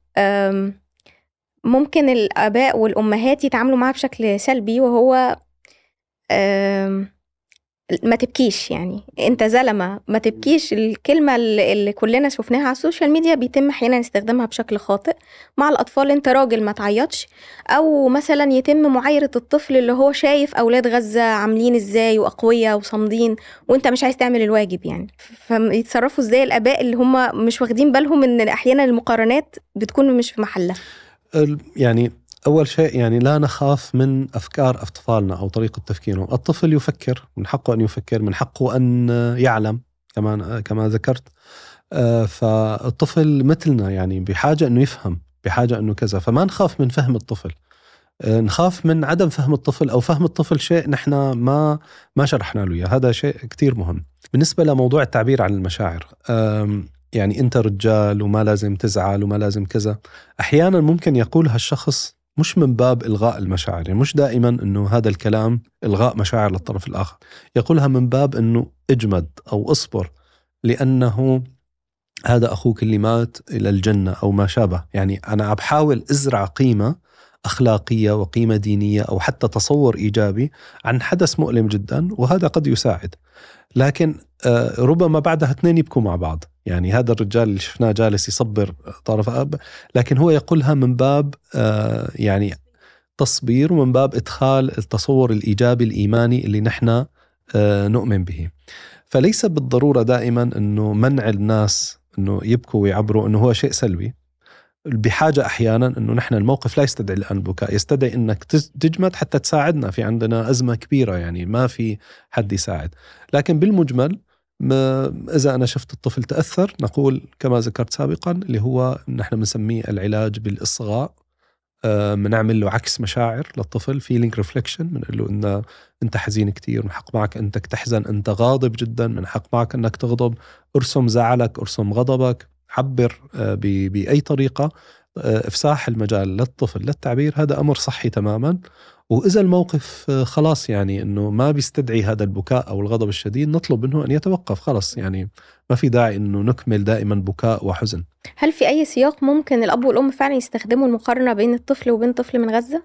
ممكن الآباء والأمهات يتعاملوا معها بشكل سلبي، وهو ما تبكيش، يعني انت زلمة ما تبكيش. الكلمة اللي كلنا شفناها على السوشيال ميديا بيتم احيانا استخدامها بشكل خاطئ مع الأطفال. انت راجل ما تعيطش، او مثلا يتم معايرة الطفل اللي هو شايف أولاد غزة عاملين ازاي وأقوياء وصامدين وانت مش عايز تعمل الواجب. يعني فيتصرفوا ازاي الآباء اللي هم مش واخدين بالهم ان احيانا المقارنات بتكون مش في محلها؟ يعني أول شيء يعني لا نخاف من أفكار أطفالنا أو طريقة تفكيرهم. الطفل يفكر، من حقه أن يفكر، من حقه أن يعلم كمان كما ذكرت. فالطفل مثلنا يعني بحاجة أنه يفهم، بحاجة أنه كذا. فما نخاف من فهم الطفل، نخاف من عدم فهم الطفل أو فهم الطفل شيء نحن ما ما شرحنا له. هذا شيء كتير مهم. بالنسبة لموضوع التعبير عن المشاعر، يعني أنت رجال وما لازم تزعل وما لازم كذا. أحيانا ممكن يقولها الشخص مش من باب إلغاء المشاعر، يعني مش دائما أنه هذا الكلام إلغاء مشاعر للطرف الآخر، يقولها من باب أنه اجمد أو اصبر لأنه هذا أخوك اللي مات إلى الجنة أو ما شابه. يعني أنا بحاول أزرع قيمة أخلاقية وقيمة دينية أو حتى تصور إيجابي عن حدث مؤلم جدا، وهذا قد يساعد. لكن ربما بعدها اثنين يبكوا مع بعض، يعني هذا الرجال اللي شفناه جالس يصبر طرف أب، لكن هو يقولها من باب يعني تصبير ومن باب إدخال التصور الإيجابي الإيماني اللي نحن نؤمن به. فليس بالضرورة دائما أنه منع الناس أنه يبكوا ويعبروا أنه هو شيء سلبي. بحاجة أحيانا أنه نحن الموقف لا يستدعي الآن البكاء، يستدعي أنك تجمد حتى تساعدنا، في عندنا أزمة كبيرة يعني ما في حد يساعد. لكن بالمجمل ما إذا أنا شفت الطفل تأثر، نقول كما ذكرت سابقا اللي هو نحن بنسميه العلاج بالإصغاء. بنعمل له عكس مشاعر للطفل، feeling reflection، بنقول له إن أنت حزين كتير، من حق معك أنك تحزن، أنت غاضب جدا، من حق معك أنك تغضب، ارسم زعلك، ارسم غضبك، عبر بأي طريقة. إفساح المجال للطفل للتعبير هذا أمر صحي تماما. وإذا الموقف خلاص يعني أنه ما بيستدعي هذا البكاء أو الغضب الشديد، نطلب منه أن يتوقف خلاص، يعني ما في داعي أنه نكمل دائما بكاء وحزن. هل في أي سياق ممكن الأب والأم فعلا يستخدموا المقارنة بين الطفل وبين طفل من غزة؟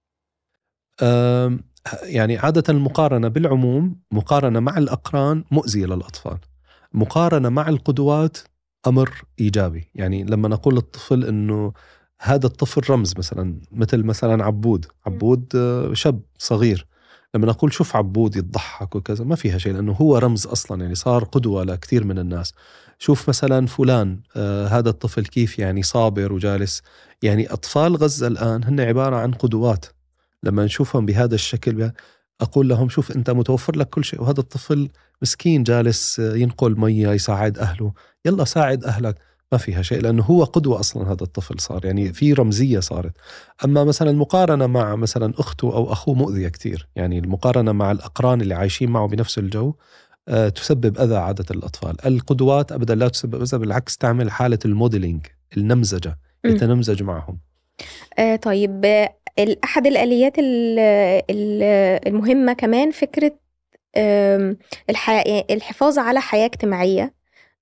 يعني عادة المقارنة بالعموم مقارنة مع الأقران مؤذية للأطفال. مقارنة مع القدوات أمر إيجابي. يعني لما نقول للطفل أنه هذا الطفل رمز، مثلا مثل مثلا عبود عبود شاب صغير، لما نقول شوف عبود يضحك وكذا، ما فيها شيء لأنه هو رمز أصلا، يعني صار قدوة لكثير من الناس. شوف مثلا فلان آه هذا الطفل كيف يعني صابر وجالس. يعني أطفال غزة الآن هن عبارة عن قدوات. لما نشوفهم بهذا الشكل أقول لهم شوف أنت متوفر لك كل شيء، وهذا الطفل مسكين جالس ينقل مية يساعد أهله، يلا ساعد أهلك، ما فيها شيء لأنه هو قدوة أصلا. هذا الطفل صار يعني في رمزية صارت. أما مثلا المقارنة مع مثلا أخته أو أخوه مؤذية كتير. يعني المقارنة مع الأقران اللي عايشين معه بنفس الجو أه تسبب أذى عادة الأطفال. القدوات أبدا لا تسبب أذى، بالعكس تعمل حالة الموديلينج، النمزجة، يتنمزج معهم. آه طيب، أحد الآليات المهمة كمان فكرة الحفاظ على حياة اجتماعية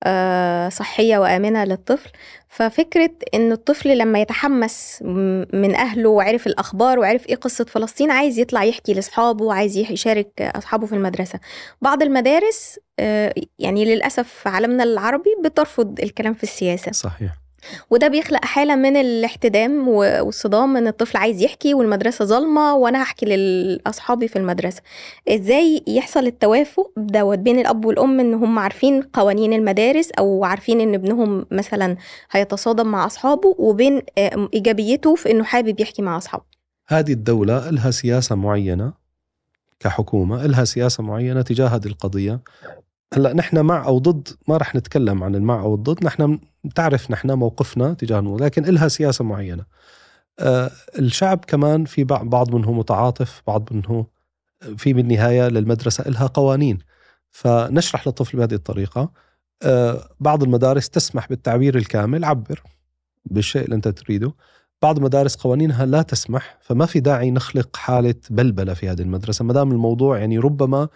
صحية وآمنة للطفل. ففكرة إن الطفل لما يتحمس من أهله وعرف الأخبار وعرف إيه قصة فلسطين، عايز يطلع يحكي لأصحابه وعايز يشارك أصحابه في المدرسة. بعض المدارس يعني للأسف في عالمنا العربي بترفض الكلام في السياسة. صحيح. وده بيخلق حالة من الاحتدام والصدام، ان الطفل عايز يحكي والمدرسة ظلمة وانا هحكي لأصحابي في المدرسة. ازاي يحصل التوافق دوت بين الاب والام، ان هم عارفين قوانين المدارس او عارفين ان ابنهم مثلا هيتصادم مع اصحابه، وبين ايجابيته في انه حابب يحكي مع اصحابه؟ هذه الدولة لها سياسة معينة كحكومة، لها سياسة معينة تجاه هذه القضية. هلا نحن مع أو ضد، ما رح نتكلم عن المع أو الضد، نحن تعرف نحن موقفنا تجاه الموضوع، لكن إلها سياسة معينة. آه الشعب كمان في بعض منه متعاطف، بعض منه في بالنهاية للمدرسة إلها قوانين، فنشرح للطفل بهذه الطريقة. آه بعض المدارس تسمح بالتعبير الكامل، عبر بالشيء اللي أنت تريده. بعض المدارس قوانينها لا تسمح، فما في داعي نخلق حالة بلبلة في هذه المدرسة ما دام الموضوع يعني ربما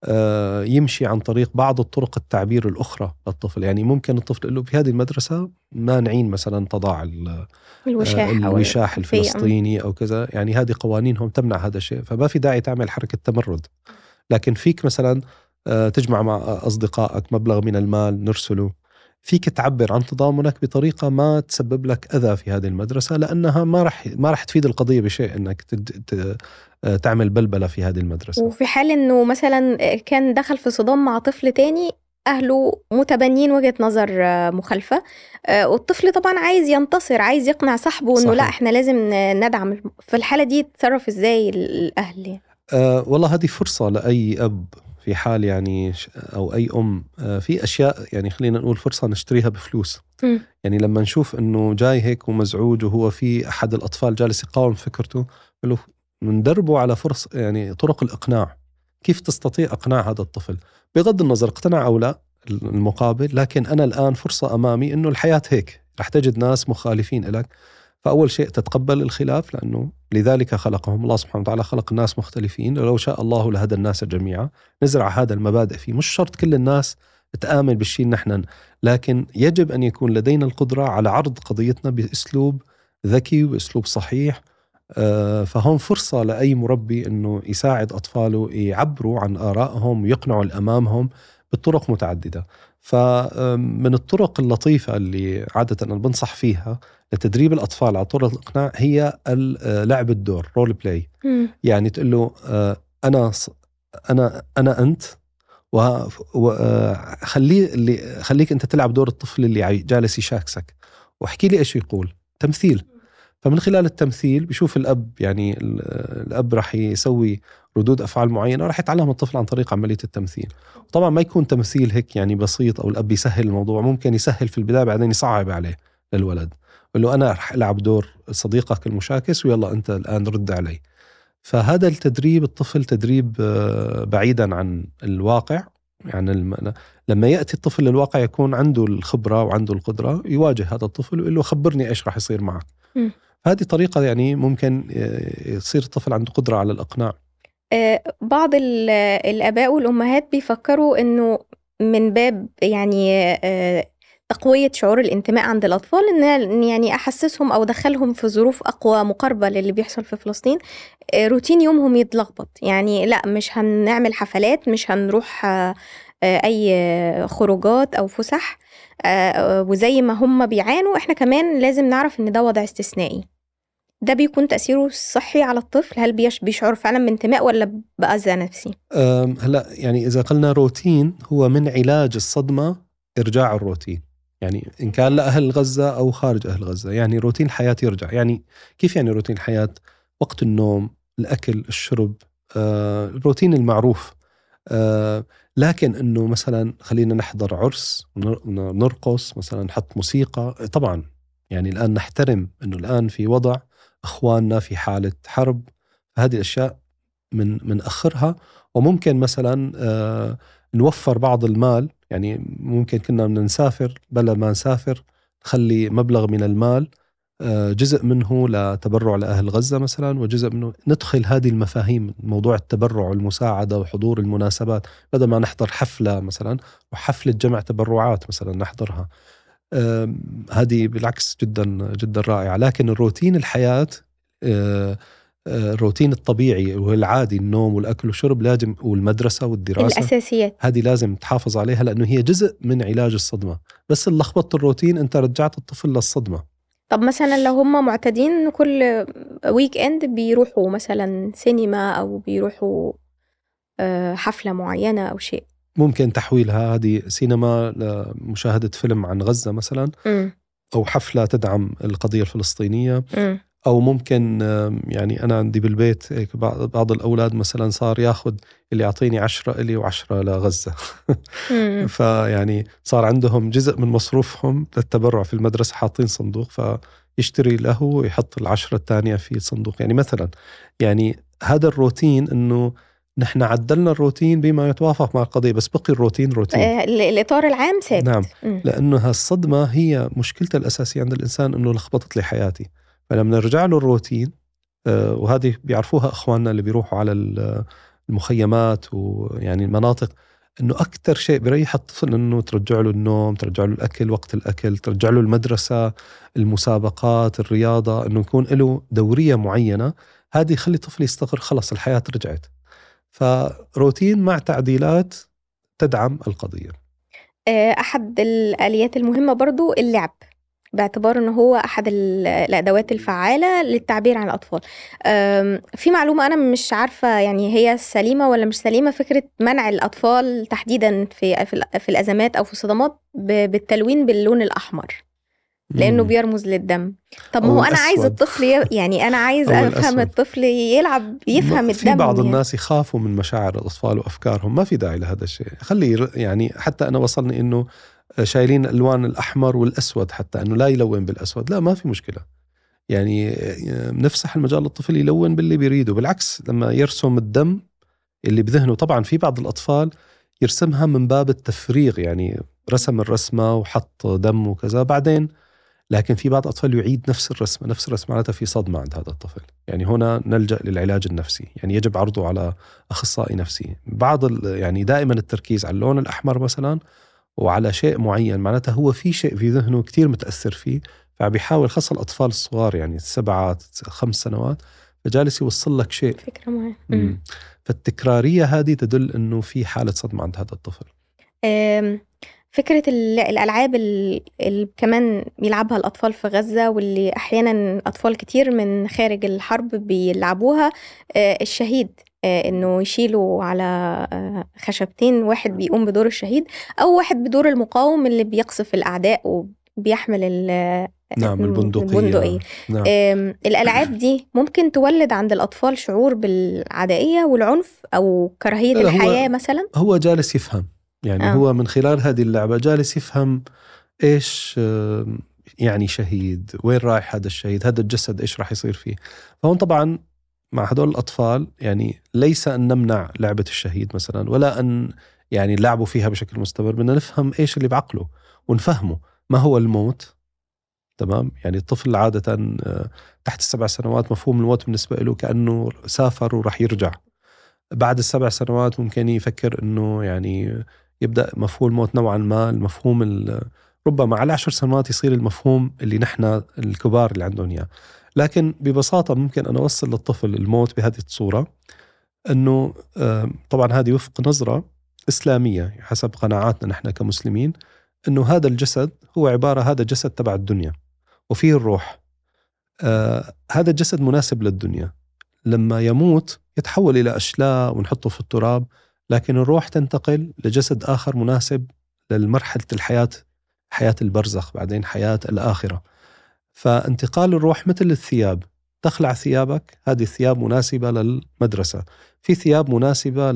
يمشي عن طريق بعض الطرق التعبير الأخرى للطفل. يعني ممكن الطفل يقول له في هذه المدرسة مانعين مثلا تضاع الوشاح, الوشاح الفلسطيني أو كذا، يعني هذه قوانينهم تمنع هذا الشيء، فما في داعي تعمل حركة تمرد. لكن فيك مثلا تجمع مع أصدقائك مبلغ من المال نرسله، فيك تعبر عن تضامنك بطريقة ما تسبب لك أذى في هذه المدرسة، لأنها ما رح ما رح تفيد القضية بشيء إنك تعمل بلبلة في هذه المدرسة. وفي حال إنه مثلا كان دخل في صدام مع طفل تاني، أهله متبنين وجهة نظر مخالفة، والطفل طبعا عايز ينتصر، عايز يقنع صاحبه إنه لا إحنا لازم ندعم. في الحالة دي تصرف إزاي الأهل؟ أه والله هذه فرصة لأي أب في حال يعني أو أي أم، في أشياء يعني خلينا نقول فرصة نشتريها بفلوس. م. يعني لما نشوف إنه جاي هيك ومزعوج وهو في أحد الأطفال جالس يقاوم فكرته، له ندربه على فرص يعني طرق الإقناع، كيف تستطيع إقناع هذا الطفل بغض النظر اقتنع أو لا. المقابل، لكن أنا الآن فرصة أمامي إنه الحياة هيك رح تجد ناس مخالفين إلك. فأول شيء تتقبل الخلاف، لأنه لذلك خلقهم الله سبحانه وتعالى، خلق الناس مختلفين، ولو شاء الله لهدى الناس جميعا. نزرع هذا المبادئ فيه. مش شرط كل الناس تآمن بالشيء نحن، لكن يجب أن يكون لدينا القدرة على عرض قضيتنا بأسلوب ذكي وبأسلوب صحيح. فهم فرصة لأي مربي أنه يساعد أطفاله يعبروا عن آرائهم ويقنعوا الأمامهم بطرق متعددة. فمن الطرق اللطيفة اللي عادة أنا بنصح فيها لتدريب الأطفال على طرق الإقناع هي لعب الدور، رول بلاي. يعني تقول له أنا أنا أنا أنت، وخليه اللي خليك أنت تلعب دور الطفل اللي جالس يشاكسك، واحكي لي إيش يقول. تمثيل. فمن خلال التمثيل بيشوف الأب، يعني الأب رح يسوي ردود أفعال معينة، رح يتعلم الطفل عن طريق عملية التمثيل. طبعا ما يكون تمثيل هيك يعني بسيط، أو الأب يسهل الموضوع. ممكن يسهل في البداية بعدين يصعب عليه للولد، يقول له أنا رح ألعب دور صديقك المشاكس ويلا أنت الآن رد علي. فهذا التدريب الطفل تدريب بعيدا عن الواقع. يعني لما يأتي الطفل للواقع يكون عنده الخبرة وعنده القدرة يواجه هذا الطفل ويقول له خبرني إيش رح يصير معك. م. هذه طريقة يعني ممكن يصير الطفل عنده قدرة على الإقناع. بعض الآباء والأمهات بيفكروا إنه من باب يعني تقوية شعور الانتماء عند الأطفال، إن يعني أحسسهم أو دخلهم في ظروف أقوى مقاربة للي بيحصل في فلسطين، روتين يومهم يتلخبط. يعني لا، مش هنعمل حفلات، مش هنروح أي خروجات أو فسح، وزي ما هم بيعانوا إحنا كمان لازم نعرف إن ده وضع استثنائي. ده بيكون تأثيره صحي على الطفل؟ هل بيشعر فعلا بانتماء ولا بأذى نفسي؟ هلا يعني إذا قلنا روتين، هو من علاج الصدمة إرجاع الروتين. يعني إن كان لأهل غزة أو خارج أهل غزة، يعني روتين الحياة يرجع. يعني كيف يعني روتين الحياة؟ وقت النوم، الأكل، الشرب، آه، الروتين المعروف. آه، لكن إنه مثلا خلينا نحضر عرس، نرقص مثلا، نحط موسيقى. طبعا يعني الآن نحترم إنه الآن في وضع أخواننا في حالة حرب، هذه الأشياء من من أخرها. وممكن مثلا آه نوفر بعض المال. يعني ممكن كنا بدنا نسافر، بلا ما نسافر نخلي مبلغ من المال آه جزء منه لتبرع لأهل غزة مثلا، وجزء منه ندخل هذه المفاهيم، موضوع التبرع والمساعدة وحضور المناسبات، بدل ما نحضر حفلة مثلا وحفلة جمع تبرعات مثلا نحضرها. آه هذه بالعكس جدا جدا رائعة. لكن الروتين الحياة، آه الروتين الطبيعي والعادي، النوم والأكل والشرب لازم، والمدرسة والدراسة، الأساسيات هذه لازم تحافظ عليها، لأنه هي جزء من علاج الصدمة. بس اللي لخبطت الروتين أنت رجعت الطفل للصدمة. طب مثلا لو هم معتادين كل ويك اند بيروحوا مثلا سينما أو بيروحوا حفلة معينة أو شيء، ممكن تحويلها هذه سينما لمشاهدة فيلم عن غزة مثلا، م. أو حفلة تدعم القضية الفلسطينية. م. أو ممكن يعني أنا عندي بالبيت بعض الأولاد مثلا صار ياخد اللي يعطيني عشرة إلي وعشرة لغزة. فيعني صار عندهم جزء من مصروفهم للتبرع في المدرسة حاطين صندوق، فيشتري له ويحط العشرة الثانية في صندوق. يعني مثلا يعني هذا الروتين، إنه نحن عدلنا الروتين بما يتوافق مع القضية، بس بقي الروتين روتين. الإطار العام ثابت. نعم. م. لأنه هالصدمة هي مشكلتها الأساسية عند الإنسان، إنه لخبطت لي حياتي. فلما نرجع له الروتين، آه وهذه بيعرفوها أخواننا اللي بيروحوا على المخيمات ويعني المناطق، إنه أكتر شيء بريح الطفل إنه ترجع له النوم، ترجع له الأكل وقت الأكل، ترجع له المدرسة، المسابقات، الرياضة، إنه يكون له دورية معينة. هذه يخلي الطفل يستقر، خلص الحياة رجعت. فروتين مع تعديلات تدعم القضية. أحد الآليات المهمة برضو اللعب، باعتبار أنه هو أحد الأدوات الفعالة للتعبير عن الأطفال. في معلومة أنا مش عارفة يعني هي سليمة ولا مش سليمة، فكرة منع الأطفال تحديدا في, في الأزمات أو في الصدمات بالتلوين باللون الأحمر، لأنه بيرمز للدم. طب ما هو أنا عايز الطفل ي... يعني أنا عايز أفهم الطفل يلعب يفهم الدم. في بعض يعني. الناس يخافوا من مشاعر الأطفال وأفكارهم، ما في داعي لهذا الشيء. خلي يعني حتى أنا وصلني إنه شايلين الألوان الأحمر والأسود، حتى أنه لا يلون بالأسود. لا، ما في مشكلة. يعني نفسح المجال للطفل يلون باللي بيريده. بالعكس لما يرسم الدم اللي بذهنه. طبعا في بعض الأطفال يرسمها من باب التفريغ، يعني رسم الرسمة وحط دم وكذا بعدين، لكن في بعض الأطفال يعيد نفس الرسمة نفس الرسمة معناتها في صدمة عند هذا الطفل. يعني هنا نلجأ للعلاج النفسي، يعني يجب عرضه على أخصائي نفسي. بعض يعني دائما التركيز على اللون الأحمر مثلا وعلى شيء معين، معناتها هو في شيء في ذهنه كتير متأثر فيه، فبيحاول، خاصة الأطفال الصغار يعني سبعات خمس سنوات، فجالس يوصل لك شيء فكرة معينة. فالتكرارية هذه تدل أنه في حالة صدمة عند هذا الطفل. فكرة الألعاب اللي كمان بيلعبها الأطفال في غزة، واللي أحيانا أطفال كتير من خارج الحرب بيلعبوها، الشهيد، إنه يشيلوا على خشبتين، واحد بيقوم بدور الشهيد أو واحد بدور المقاوم اللي بيقصف الأعداء وبيحمل نعم البندقية, البندقية. نعم. الألعاب دي ممكن تولد عند الأطفال شعور بالعدائية والعنف أو كراهية الحياة هو مثلا. هو جالس يفهم يعني آه. هو من خلال هذه اللعبة جالس يفهم إيش يعني شهيد، وين رايح هذا الشهيد، هذا الجسد إيش راح يصير فيه. فهون طبعا مع هدول الأطفال يعني ليس أن نمنع لعبة الشهيد مثلا، ولا أن يعني لعبوا فيها بشكل مستمر، بدنا نفهم إيش اللي بعقله ونفهمه ما هو الموت. تمام، يعني الطفل عادة تحت السبع سنوات مفهوم الموت بالنسبة له كأنه سافر وراح يرجع. بعد السبع سنوات ممكن يفكر أنه يعني يبدأ مفهوم الموت نوعا ما المفهوم، ربما على عشر سنوات يصير المفهوم اللي نحن الكبار اللي عندهم إياه. لكن ببساطة ممكن أنا أوصل للطفل الموت بهذه الصورة، أنه طبعا هذه وفق نظرة إسلامية حسب قناعاتنا نحن كمسلمين، أنه هذا الجسد هو عبارة، هذا جسد تبع الدنيا وفيه الروح. آه هذا الجسد مناسب للدنيا، لما يموت يتحول إلى أشلاء ونحطه في التراب، لكن الروح تنتقل لجسد آخر مناسب للمرحلة الحياة، حياة البرزخ، بعدين حياة الآخرة. فانتقال الروح مثل الثياب، تخلع ثيابك، هذه الثياب مناسبة للمدرسة، في ثياب مناسبة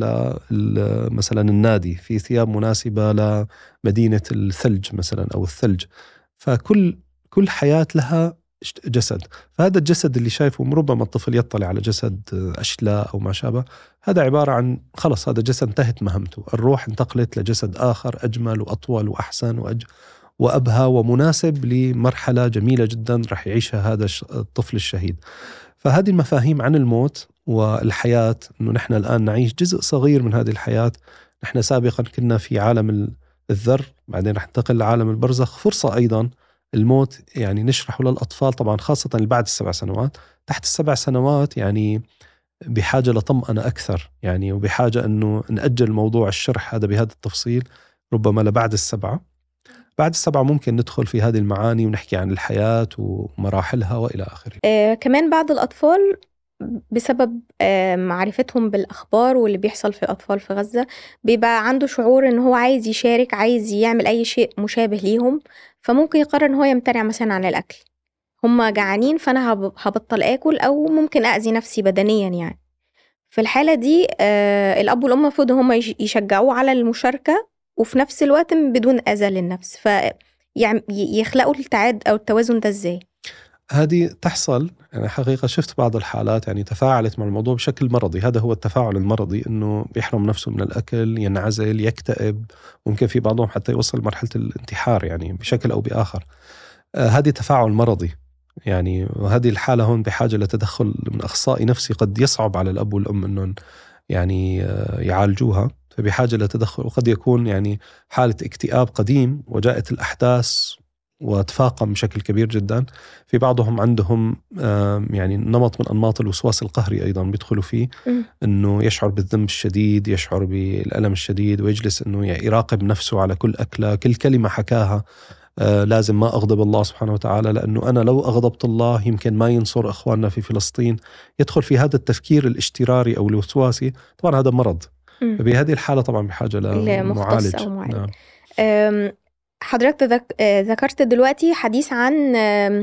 مثلا النادي، في ثياب مناسبة لمدينة الثلج مثلا أو الثلج. فكل كل حياة لها جسد. فهذا الجسد اللي شايفه ربما الطفل يطلع على جسد أشلاء أو ما شابه، هذا عبارة عن خلص هذا جسد انتهت مهمته، الروح انتقلت لجسد آخر أجمل وأطول وأحسن وأج... وأبهى ومناسب لمرحلة جميلة جدا رح يعيشها هذا الطفل الشهيد. فهذه المفاهيم عن الموت والحياة، أنه نحن الآن نعيش جزء صغير من هذه الحياة، نحن سابقا كنا في عالم الذر، بعدين رح ننتقل لعالم البرزخ، فرصة أيضا الموت يعني نشرحه للأطفال، طبعا خاصة اللي بعد السبع سنوات. تحت السبع سنوات يعني بحاجة لطمأنة أكثر يعني، وبحاجة أنه نأجل موضوع الشرح هذا بهذا التفصيل ربما لبعد السبعة. بعد السبعة ممكن ندخل في هذه المعاني ونحكي عن الحياة ومراحلها وإلى آخره. آه كمان بعض الأطفال بسبب آه معرفتهم بالأخبار واللي بيحصل في الأطفال في غزة بيبقى عنده شعور إن هو عايز يشارك، عايز يعمل أي شيء مشابه ليهم، فممكن يقرر إن هو يمتنع مثلا عن الأكل. هم جعانين فأنا هبطل أكل، أو ممكن أذي نفسي بدنيا. يعني في الحالة دي آه الأب والأم المفروض هم يشجعوه على المشاركة، وفي نفس الوقت بدون أذى للنفس. فيخلقوا التعاد أو التوازن ده إزاي؟ هذه تحصل يعني حقيقة، شفت بعض الحالات يعني تفاعلت مع الموضوع بشكل مرضي. هذا هو التفاعل المرضي، إنه بيحرم نفسه من الأكل، ينعزل، يكتئب، ممكن في بعضهم حتى يوصل مرحلة الانتحار يعني بشكل أو بآخر. آه هذه تفاعل مرضي يعني، وهذه الحالة هون بحاجة لتدخل من أخصائي نفسي قد يصعب على الأب والأم إنهم يعني يعالجوها، فبحاجة لتدخل. وقد يكون يعني حالة اكتئاب قديم وجاءت الأحداث وتفاقم بشكل كبير جدا. في بعضهم عندهم يعني نمط من أنماط الوسواس القهري أيضا بيدخلوا فيه، أنه يشعر بالذنب الشديد، يشعر بالألم الشديد، ويجلس أنه يراقب نفسه على كل أكلة، كل كلمة حكاها آه لازم ما أغضب الله سبحانه وتعالى، لأنه أنا لو أغضبت الله يمكن ما ينصر إخواننا في فلسطين. يدخل في هذا التفكير الاشتراري أو الوسواسي، طبعا هذا مرض. م. فبهذه الحالة طبعا بحاجة لمعالج. أو معالج. نعم. حضرتك ذكرت دلوقتي حديث عن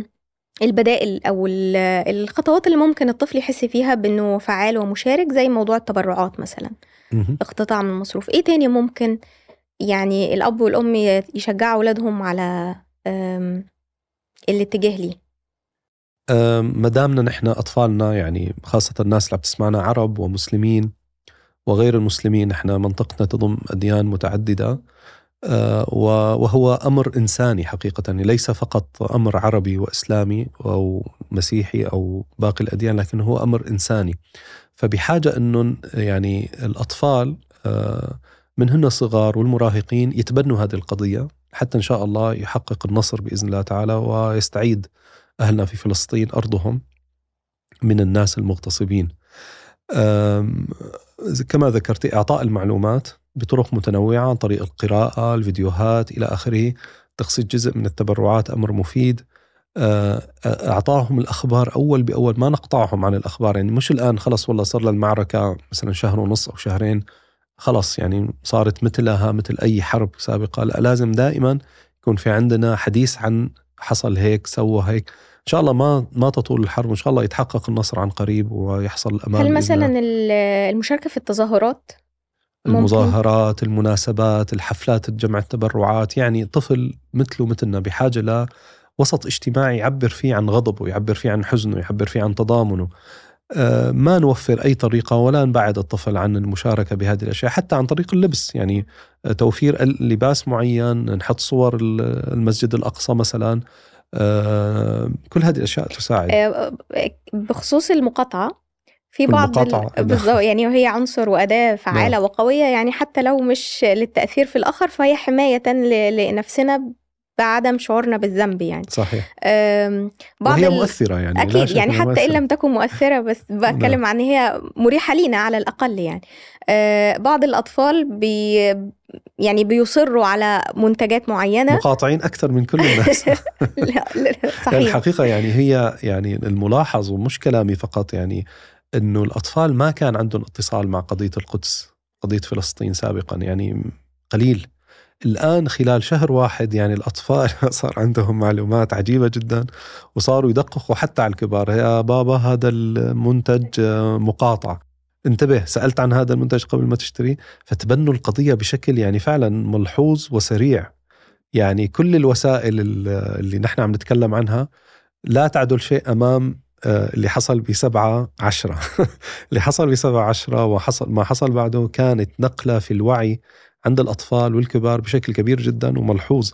البدائل أو الخطوات اللي ممكن الطفل يحس فيها بأنه فعال ومشارك، زي موضوع التبرعات مثلا، م. اقتطاع من المصروف. إيه تاني ممكن يعني الأب والأم يشجعوا أولادهم على الاتجاه ليه؟ مدامنا نحن أطفالنا يعني خاصة الناس اللي بتسمعنا عرب ومسلمين وغير المسلمين. احنا منطقتنا تضم أديان متعددة، وهو أمر إنساني حقيقة، ليس فقط أمر عربي وإسلامي أو مسيحي أو باقي الأديان، لكن هو أمر إنساني. فبحاجة أنه يعني الأطفال من هن صغار والمراهقين يتبنوا هذه القضية حتى إن شاء الله يحقق النصر بإذن الله تعالى، ويستعيد أهلنا في فلسطين أرضهم من الناس المغتصبين. كما ذكرت، إعطاء المعلومات بطرق متنوعة عن طريق القراءة، الفيديوهات إلى آخره، تخصيص جزء من التبرعات أمر مفيد. أعطاهم الأخبار أول بأول، ما نقطعهم عن الأخبار. يعني مش الآن خلص والله صار للمعركة مثلا شهر ونص أو شهرين خلص يعني صارت مثلها مثل أي حرب سابقة، لا، لازم دائما يكون في عندنا حديث عن حصل هيك سوى هيك. إن شاء الله ما ما تطول الحرب، وإن شاء الله يتحقق النصر عن قريب ويحصل الأمان. هل مثلا المشاركة في التظاهرات، المظاهرات، المناسبات، الحفلات، الجمع التبرعات، يعني طفل مثله مثلنا بحاجة لوسط اجتماعي يعبر فيه عن غضبه، يعبر فيه عن حزنه، يعبر فيه عن تضامنه. أه ما نوفر أي طريقة ولا نبعد الطفل عن المشاركة بهذه الأشياء، حتى عن طريق اللبس، يعني توفير لباس معين، نحط صور المسجد الأقصى مثلا. أه كل هذه الأشياء تساعد. بخصوص المقاطعة، في بعض ال... بالضبط، يعني وهي عنصر وأداة فعالة لا. وقوية، يعني حتى لو مش للتأثير في الآخر فهي حماية ل... لنفسنا بعدم شعورنا بالذنب يعني. صحيح. بعض وهي ال... مؤثرة يعني، أكيد يعني حتى مؤثرة. إن لم تكن مؤثرة، بس بتكلم عن هي مريحة لينا على الأقل يعني. أه بعض الأطفال بي يعني بيصروا على منتجات معينة، مقاطعين أكثر من كل الناس. لا لا صحيح. الحقيقة يعني هي يعني الملاحظ ومش كلامي فقط، يعني إنه الأطفال ما كان عندهم اتصال مع قضية القدس، قضية فلسطين سابقا، يعني قليل. الآن خلال شهر واحد يعني الأطفال صار عندهم معلومات عجيبة جدا، وصاروا يدققوا حتى على الكبار. يا بابا هذا المنتج مقاطع، انتبه، سألت عن هذا المنتج قبل ما تشتري. فتبنوا القضية بشكل يعني فعلا ملحوظ وسريع. يعني كل الوسائل اللي نحن عم نتكلم عنها لا تعدل شيء أمام اللي حصل بسبعة عشرة. اللي حصل بسبعة عشرة وحصل ما حصل بعده كانت نقلة في الوعي عند الأطفال والكبار بشكل كبير جدا وملحوظ.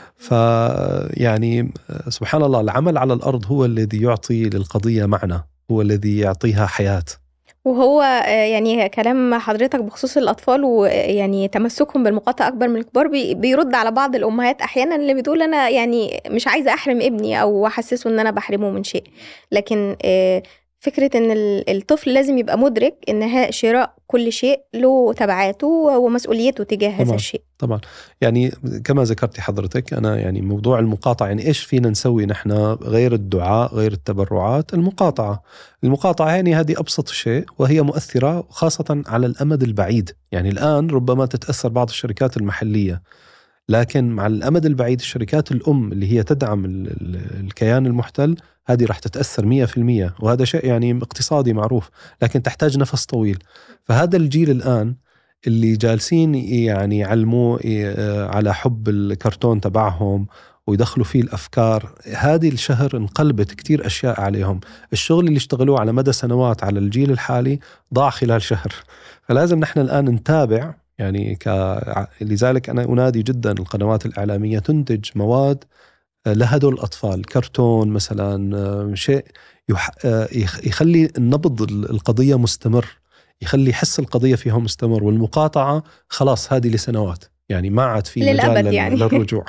فيعني سبحان الله، العمل على الأرض هو الذي يعطي للقضية معنى، هو الذي يعطيها حياة. وهو يعني كلام حضرتك بخصوص الأطفال ويعني تمسكهم بالمقاطعة أكبر من الكبار بيرد على بعض الأمهات أحيانا اللي بتقول أنا يعني مش عايزة أحرم ابني أو أحسسه أن أنا بحرمه من شيء، لكن فكرة أن الطفل لازم يبقى مدرك أن شراء كل شيء له تبعاته ومسؤوليته تجاه هذا الشيء. طبعا يعني كما ذكرتي حضرتك، أنا يعني موضوع المقاطعة، يعني إيش فينا نسوي نحن غير الدعاء غير التبرعات؟ المقاطعة. المقاطعة يعني هذه أبسط شيء، وهي مؤثرة خاصة على الأمد البعيد. يعني الآن ربما تتأثر بعض الشركات المحلية، لكن مع الأمد البعيد الشركات الأم اللي هي تدعم الكيان المحتل هذه راح تتأثر مية في المية، وهذا شيء يعني اقتصادي معروف، لكن تحتاج نفس طويل. فهذا الجيل الآن اللي جالسين يعني يعلموه على حب الكرتون تبعهم ويدخلوا فيه الأفكار، هذه الشهر انقلبت كتير أشياء عليهم. الشغل اللي اشتغلوه على مدى سنوات على الجيل الحالي ضاع خلال شهر. فلازم نحن الآن نتابع يعني ك... لذلك أنا أنادي جدا القنوات الإعلامية تنتج مواد لهدول الأطفال، كرتون مثلا، شيء يح... يخلي النبض القضية مستمر، يخلي حس القضية فيهم مستمر. والمقاطعة خلاص هذه لسنوات، يعني ما عاد في مجال يعني. للرجوع.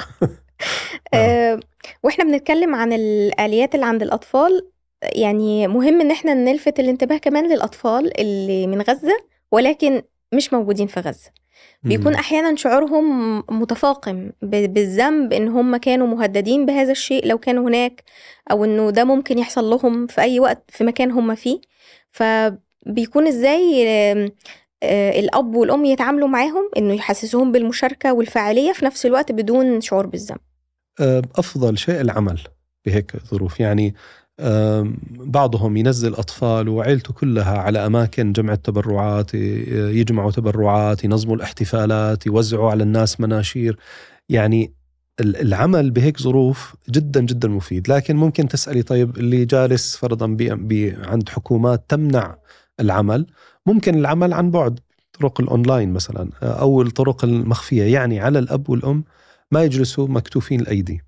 أه وإحنا بنتكلم عن الآليات اللي عند الأطفال، يعني مهم إن إحنا نلفت الانتباه كمان للأطفال اللي من غزة ولكن مش موجودين في غزة. بيكون أحيانا شعورهم متفاقم بالذنب إن هم كانوا مهددين بهذا الشيء لو كانوا هناك، أو إنه ده ممكن يحصل لهم في أي وقت في مكان هم فيه. فبيكون إزاي الأب والأم يتعاملوا معاهم إنه يحسسوهم بالمشاركة والفاعلية في نفس الوقت بدون شعور بالذنب؟ أفضل شيء العمل بهيك ظروف، يعني بعضهم ينزل أطفال وعيلته كلها على أماكن جمع التبرعات، يجمعوا تبرعات، ينظموا الاحتفالات، يوزعوا على الناس مناشير. يعني العمل بهيك ظروف جدا جدا مفيد. لكن ممكن تسألي طيب اللي جالس فرضا بي بي عند حكومات تمنع العمل، ممكن العمل عن بعد طرق الأونلاين مثلا أو الطرق المخفية، يعني على الأب والأم ما يجلسوا مكتوفين الأيدي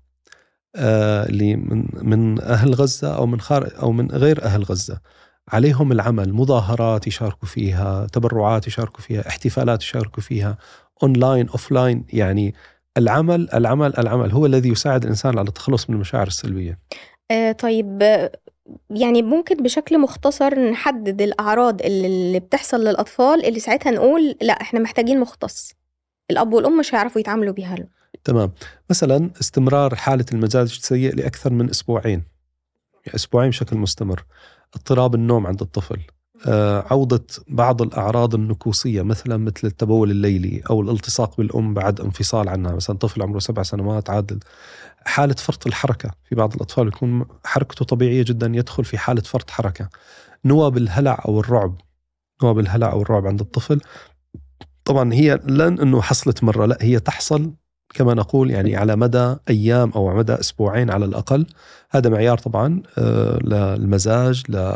اللي من من أهل غزة أو من خارج أو من غير أهل غزة. عليهم العمل، مظاهرات يشاركوا فيها، تبرعات يشاركوا فيها، احتفالات يشاركوا فيها، أونلاين أوفلاين. يعني العمل العمل العمل هو الذي يساعد الإنسان على التخلص من المشاعر السلبية. آه طيب، يعني ممكن بشكل مختصر نحدد الأعراض اللي بتحصل للأطفال اللي ساعتها نقول لا إحنا محتاجين مختص، الأب والأم مش هيعرفوا يتعاملوا بيها له؟ تمام. مثلا استمرار حالة المزاج السيء لأكثر من أسبوعين، يعني أسبوعين بشكل مستمر، اضطراب النوم عند الطفل، آه، عودة بعض الأعراض النكوصية مثلا مثل التبول الليلي أو الالتصاق بالأم بعد انفصال عنها، مثلا طفل عمره سبع سنوات عاد حالة فرط الحركة، في بعض الأطفال يكون حركته طبيعية جدا يدخل في حالة فرط حركة، نوى بالهلع أو الرعب، نوى بالهلع أو الرعب عند الطفل. طبعا هي لن أنه حصلت مرة، لا هي تحصل كما نقول يعني على مدى أيام أو مدى أسبوعين على الأقل. هذا معيار طبعا آه للمزاج، ل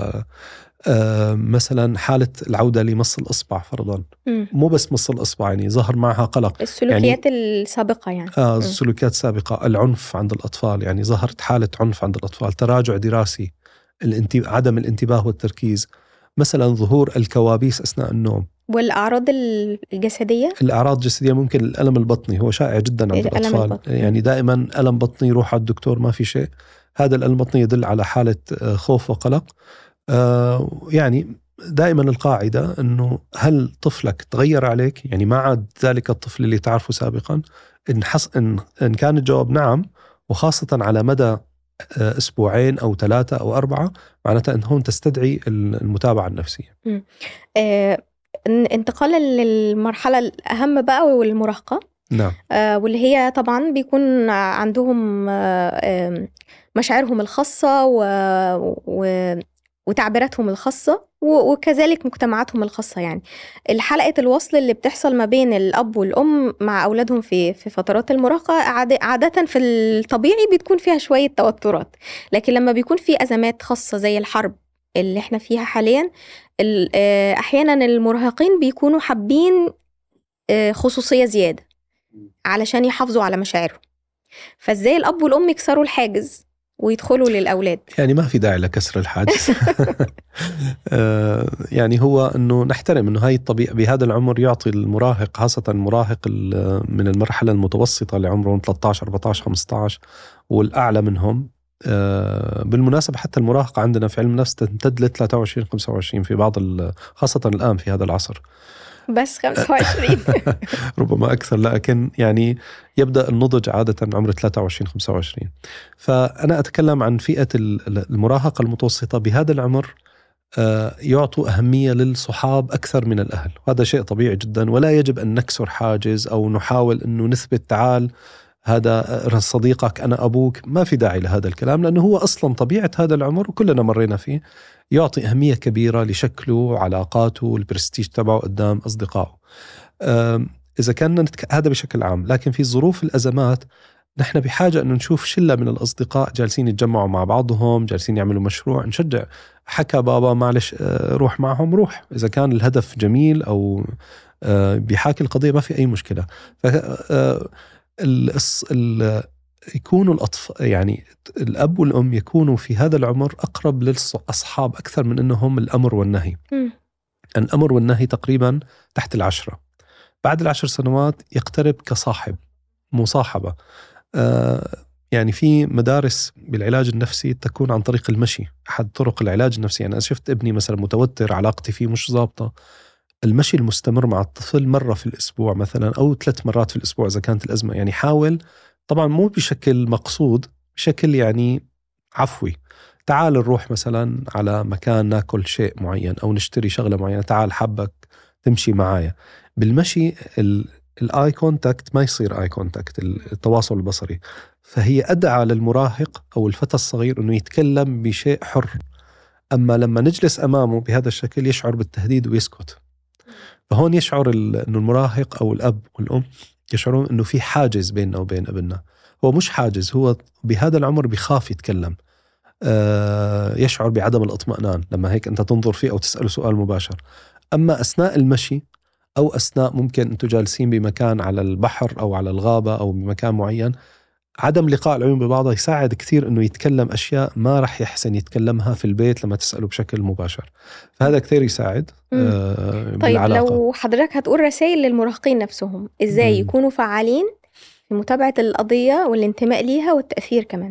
آه مثلا حالة العودة لمص الإصبع فرضا، مو بس مص الإصبع، يعني ظهر معها قلق، السلوكيات يعني السابقة، يعني آه السلوكيات السابقة، العنف عند الأطفال، يعني ظهرت حالة عنف عند الأطفال، تراجع دراسي، الانتب... عدم الانتباه والتركيز، مثلا ظهور الكوابيس أثناء النوم. والأعراض الجسدية، الأعراض الجسدية ممكن الألم البطني، هو شائع جدا عند الأطفال، البطن. يعني دائما ألم بطني، روح على الدكتور ما في شيء، هذا الألم البطني يدل على حالة خوف وقلق. آه يعني دائما القاعدة أنه هل طفلك تغير عليك، يعني ما عاد ذلك الطفل اللي تعرفه سابقا؟ إن, حص... إن... إن كان الجواب نعم، وخاصة على مدى أسبوعين أو ثلاثة أو أربعة، معناتها أنهم تستدعي المتابعة النفسية. آه انتقالا للمرحلة الأهم بقى والمراهقة. نعم. آه واللي هي طبعا بيكون عندهم آه مشاعرهم الخاصة و... و... وتعبيراتهم الخاصة وكذلك مجتمعاتهم الخاصة. يعني الحلقة الوصل اللي بتحصل ما بين الأب والأم مع أولادهم في في فترات المراهقة عادة في الطبيعي بتكون فيها شوية توترات، لكن لما بيكون في أزمات خاصة زي الحرب اللي احنا فيها حاليا، أحيانا المراهقين بيكونوا حابين خصوصية زيادة علشان يحافظوا على مشاعرهم. فازاي الأب والأم يكسروا الحاجز ويدخلوا للأولاد؟ يعني ما في داعي لكسر الحاجز. يعني هو أنه نحترم أنه هاي الطبيعة بهذا العمر يعطي المراهق، خاصة المراهق من المرحلة المتوسطة اللي عمرهم ثلاثة عشر أربعة عشر خمسة عشر والأعلى منهم. بالمناسبة حتى المراهقة عندنا في علم النفس تمتد ل ثلاثة وعشرين خمسة وعشرين في بعض، خاصة الآن في هذا العصر بس خمسة وعشرين ربما أكثر، لكن يعني يبدأ النضج عادة عمر ثلاثة وعشرين خمسة وعشرين. فأنا أتكلم عن فئة المراهقة المتوسطة بهذا العمر، يعطوا أهمية للصحاب أكثر من الأهل، وهذا شيء طبيعي جدا، ولا يجب أن نكسر حاجز أو نحاول أنه نثبت تعال هذا صديقك أنا أبوك. ما في داعي لهذا الكلام، لأنه هو أصلا طبيعة هذا العمر وكلنا مرينا فيه، يعطي أهمية كبيرة لشكله، علاقاته، البرستيج تبعه قدام أصدقائه. إذا كان نتك... هذا بشكل عام. لكن في ظروف الأزمات نحن بحاجة أن نشوف شلة من الأصدقاء جالسين يتجمعوا مع بعضهم، جالسين يعملوا مشروع، نشجع. حكى بابا معلش روح معهم، روح. إذا كان الهدف جميل أو بيحاكي القضية ما في أي مشكلة. ف ال... ال... يكونوا الأطفال، يعني الأب والأم يكونوا في هذا العمر أقرب للأصحاب أكثر من أنهم الأمر والنهي. م. الأمر والنهي تقريبا تحت العشرة، بعد العشر سنوات يقترب كصاحب، مصاحبة. آه يعني في مدارس بالعلاج النفسي تكون عن طريق المشي، أحد طرق العلاج النفسي. يعني أنا شفت ابني مثلا متوتر، علاقتي فيه مش ضابطة، المشي المستمر مع الطفل مرة في الأسبوع مثلا أو ثلاث مرات في الأسبوع إذا كانت الأزمة، يعني حاول، طبعا مو بشكل مقصود، بشكل يعني عفوي، تعال نروح مثلا على مكان ناكل شيء معين أو نشتري شغلة معينة، تعال حبك تمشي معايا. بالمشي الاي كونتاكت ما يصير اي كونتاكت، التواصل البصري، فهي أدعى للمراهق أو الفتى الصغير أنه يتكلم بشيء حر. أما لما نجلس أمامه بهذا الشكل يشعر بالتهديد ويسكت. فهون يشعر أنه المراهق أو الأب والأم يشعرون أنه في حاجز بيننا وبين ابننا. هو مش حاجز، هو بهذا العمر بيخاف يتكلم، آه يشعر بعدم الاطمئنان لما هيك أنت تنظر فيه أو تسأله سؤال مباشر. أما أثناء المشي أو أثناء ممكن أنتم جالسين بمكان على البحر أو على الغابة أو بمكان معين، عدم لقاء العيون ببعضها يساعد كثير أنه يتكلم أشياء ما رح يحسن يتكلمها في البيت لما تسأله بشكل مباشر. فهذا كثير يساعد آه طيب بالعلاقة. لو حضرتك هتقول رسائل للمراهقين نفسهم إزاي مم. يكونوا فعالين في متابعة القضية والانتماء ليها والتأثير كمان؟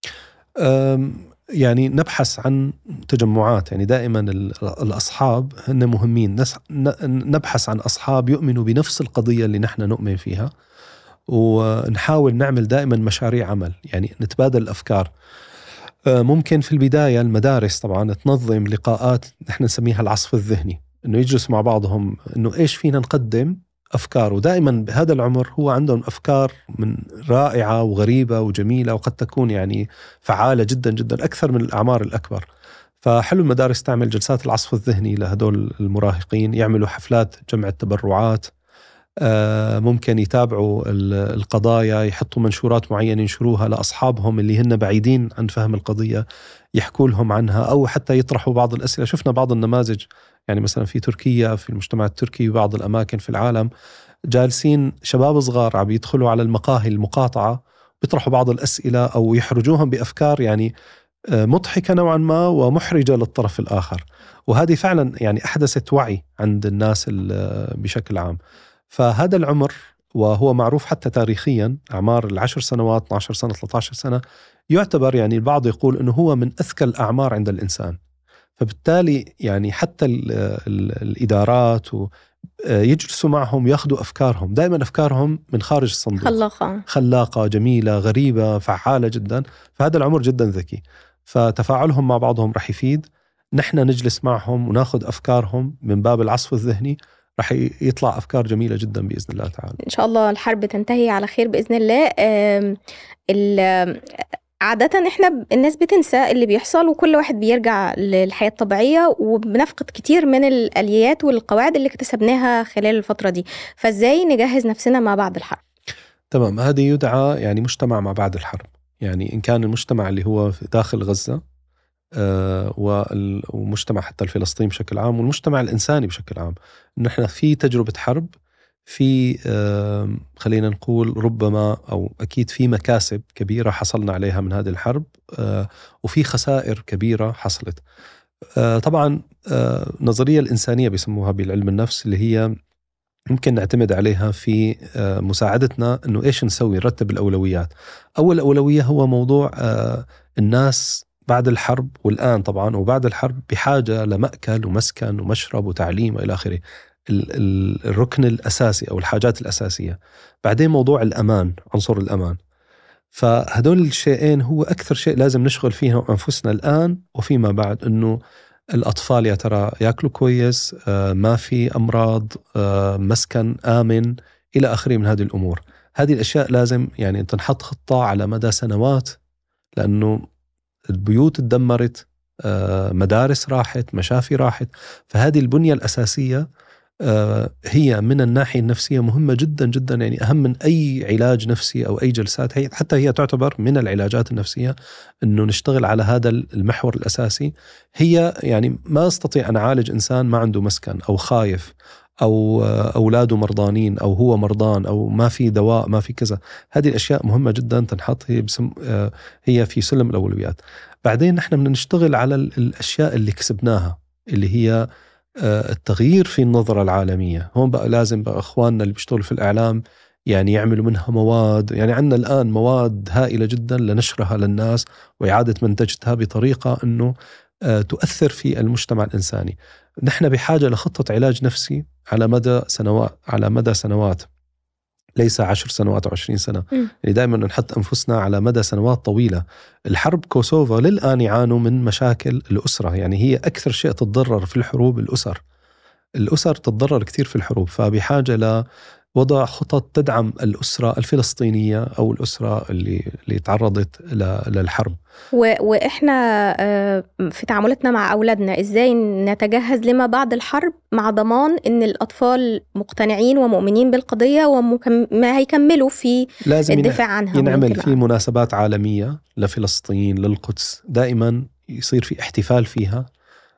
يعني نبحث عن تجمعات، يعني دائما الأصحاب هن مهمين، نبحث عن أصحاب يؤمنوا بنفس القضية اللي نحن نؤمن فيها، ونحاول نعمل دائما مشاريع عمل، يعني نتبادل الأفكار. ممكن في البداية المدارس طبعا تنظم لقاءات نحن نسميها العصف الذهني، إنه يجلس مع بعضهم إنه إيش فينا نقدم أفكار، ودائما بهذا العمر هو عندهم أفكار من رائعة وغريبة وجميلة، وقد تكون يعني فعالة جدا جدا أكثر من الأعمار الأكبر. فحلو المدارس تعمل جلسات العصف الذهني لهدول المراهقين، يعملوا حفلات جمع التبرعات، ممكن يتابعوا القضايا، يحطوا منشورات معينة ينشروها لأصحابهم اللي هن بعيدين عن فهم القضية، يحكوا لهم عنها، أو حتى يطرحوا بعض الأسئلة. شفنا بعض النماذج يعني مثلا في تركيا، في المجتمع التركي وبعض الأماكن في العالم، جالسين شباب صغار عم يدخلوا على المقاهي المقاطعة، بيطرحوا بعض الأسئلة أو يحرجوهم بأفكار يعني مضحكة نوعا ما ومحرجة للطرف الآخر، وهذه فعلا يعني أحدثت وعي عند الناس بشكل عام. فهذا العمر، وهو معروف حتى تاريخيا، أعمار العشر سنوات اثنتي عشرة سنة ثلاثة عشر سنة، يعتبر يعني البعض يقول أنه هو من أذكى الأعمار عند الإنسان. فبالتالي يعني حتى ال ال الإدارات يجلسوا معهم ياخذوا أفكارهم، دائما أفكارهم من خارج الصندوق، خلاقة خلاقة جميلة غريبة فعالة جدا. فهذا العمر جدا ذكي، فتفاعلهم مع بعضهم رح يفيد. نحن نجلس معهم وناخذ أفكارهم من باب العصف الذهني، رح يطلع أفكار جميلة جدا بإذن الله تعالى. إن شاء الله الحرب تنتهي على خير بإذن الله. عادة إحنا الناس بتنسى اللي بيحصل، وكل واحد بيرجع للحياة الطبيعية، وبنفقد كتير من الآليات والقواعد اللي اكتسبناها خلال الفترة دي. فإزاي نجهز نفسنا ما بعد الحرب؟ تمام، هذه يدعى يعني مجتمع ما بعد الحرب. يعني إن كان المجتمع اللي هو داخل غزة آه ومجتمع حتى الفلسطيني بشكل عام، والمجتمع الإنساني بشكل عام، نحن في تجربة حرب، في آه خلينا نقول ربما أو أكيد في مكاسب كبيرة حصلنا عليها من هذه الحرب، آه وفي خسائر كبيرة حصلت. آه طبعا آه نظرية الإنسانية بيسموها بالعلم النفس، اللي هي ممكن نعتمد عليها في آه مساعدتنا إنه إيش نسوي، نرتب الأولويات. أول أولوية هو موضوع آه الناس بعد الحرب والآن طبعا وبعد الحرب بحاجة لمأكل ومسكن ومشرب وتعليم وإلى آخره، الركن الأساسي أو الحاجات الأساسية. بعدين موضوع الأمان، عنصر الأمان. فهدول الشيئين هو أكثر شيء لازم نشغل فيها أنفسنا الآن وفيما بعد، إنه الأطفال يا ترى يأكلوا كويس، ما في أمراض، مسكن آمن إلى آخره من هذه الأمور. هذه الأشياء لازم يعني تنحط خطة على مدى سنوات، لأنه البيوت تدمرت، مدارس راحت، مشافي راحت. فهذه البنية الأساسية هي من الناحية النفسية مهمة جدا جدا، يعني أهم من أي علاج نفسي أو أي جلسات. هي حتى هي تعتبر من العلاجات النفسية، أنه نشتغل على هذا المحور الأساسي. هي يعني ما أستطيع أن أعالج إنسان ما عنده مسكن أو خايف أو أولاده مرضانين أو هو مرضان أو ما في دواء ما في كذا. هذه الأشياء مهمة جدا تنحط، هي, بسم هي في سلم الأولويات. بعدين نحن بدنا نشتغل على الأشياء اللي كسبناها، اللي هي التغيير في النظرة العالمية. هون بقى لازم بقى أخواننا اللي بيشتغلوا في الإعلام يعني يعملوا منها مواد. يعني عندنا الآن مواد هائلة جدا لنشرها للناس وإعادة منتجتها بطريقة أنه تؤثر في المجتمع الإنساني. نحن بحاجة لخطة علاج نفسي على مدى سنوات، على مدى سنوات، ليس عشر سنوات أو عشرين سنة. م. يعني دائما نحط أنفسنا على مدى سنوات طويلة. الحرب كوسوفا للآن يعانوا من مشاكل الأسرة، يعني هي أكثر شيء تتضرر في الحروب الأسر. الأسر تتضرر كثير في الحروب، فبحاجة لوضع خطط تدعم الأسرة الفلسطينية أو الأسرة اللي اللي تعرضت للحرب. وإحنا في تعاملاتنا مع أولادنا إزاي نتجهز لما بعد الحرب، مع ضمان إن الأطفال مقتنعين ومؤمنين بالقضية وما هيكملوا في الدفاع عنها. ينعمل في مناسبات عالمية لفلسطين، للقدس، دائما يصير في احتفال فيها،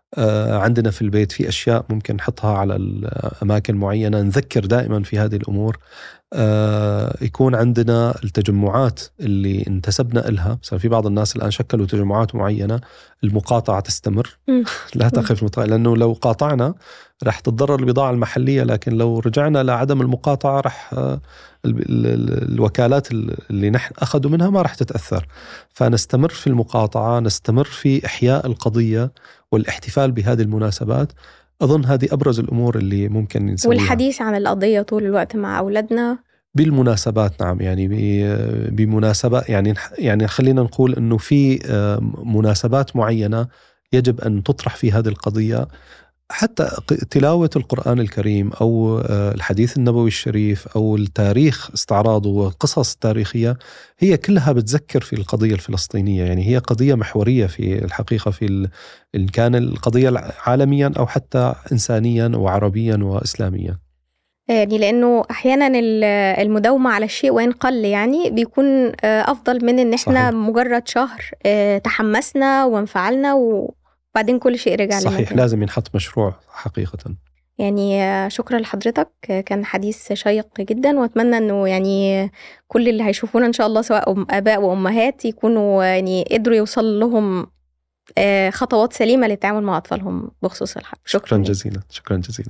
عندنا في البيت في أشياء ممكن نحطها على الأماكن معينة، نذكر دائما في هذه الأمور. يكون عندنا التجمعات اللي انتسبنا إلها، مثلا في بعض الناس الآن شكلوا تجمعات معينة، المقاطعة تستمر. لا تخف المقاطعة، لأنه لو قاطعنا رح تتضرر البضاعة المحلية، لكن لو رجعنا لعدم المقاطعة رح الوكالات اللي نحن أخذوا منها ما رح تتأثر. فنستمر في المقاطعة، نستمر في إحياء القضية والاحتفال بهذه المناسبات. أظن هذه أبرز الأمور اللي ممكن نسويها. والحديث عن القضية طول الوقت مع أولادنا بالمناسبات. نعم، يعني بمناسبة يعني يعني خلينا نقول إنه في مناسبات معينة يجب أن تطرح في هذه القضية. حتى تلاوة القرآن الكريم أو الحديث النبوي الشريف أو التاريخ استعراضه وقصص تاريخية، هي كلها بتذكر في القضية الفلسطينية. يعني هي قضية محورية في الحقيقة، في إن كان القضية عالميا أو حتى إنسانيا وعربيا وإسلاميا. يعني لأنه أحيانا المداومة على الشيء وإن قل يعني بيكون أفضل من إن إحنا صحيح. مجرد شهر تحمسنا وانفعلنا وبعدين كل شيء رجع لنا. صحيح، لازم ينحط مشروع حقيقة. يعني شكرا لحضرتك، كان حديث شيق جدا، وأتمنى أنه يعني كل اللي هيشوفونا إن شاء الله سواء آباء وأمهات يكونوا يعني قدروا يوصل لهم خطوات سليمة للتعامل مع أطفالهم بخصوص الحرب. شكرا, شكرا جزيلا. شكرا جزيلا.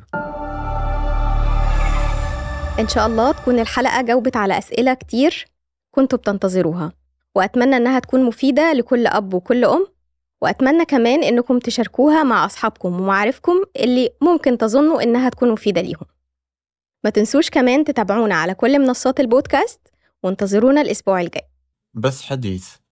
إن شاء الله تكون الحلقة جاوبت على أسئلة كتير كنتوا بتنتظروها، وأتمنى أنها تكون مفيدة لكل أب وكل أم، وأتمنى كمان أنكم تشاركوها مع أصحابكم ومعارفكم اللي ممكن تظنوا أنها تكون مفيدة ليهم. ما تنسوش كمان تتابعونا على كل منصات البودكاست، وانتظرونا الأسبوع الجاي. بس حديث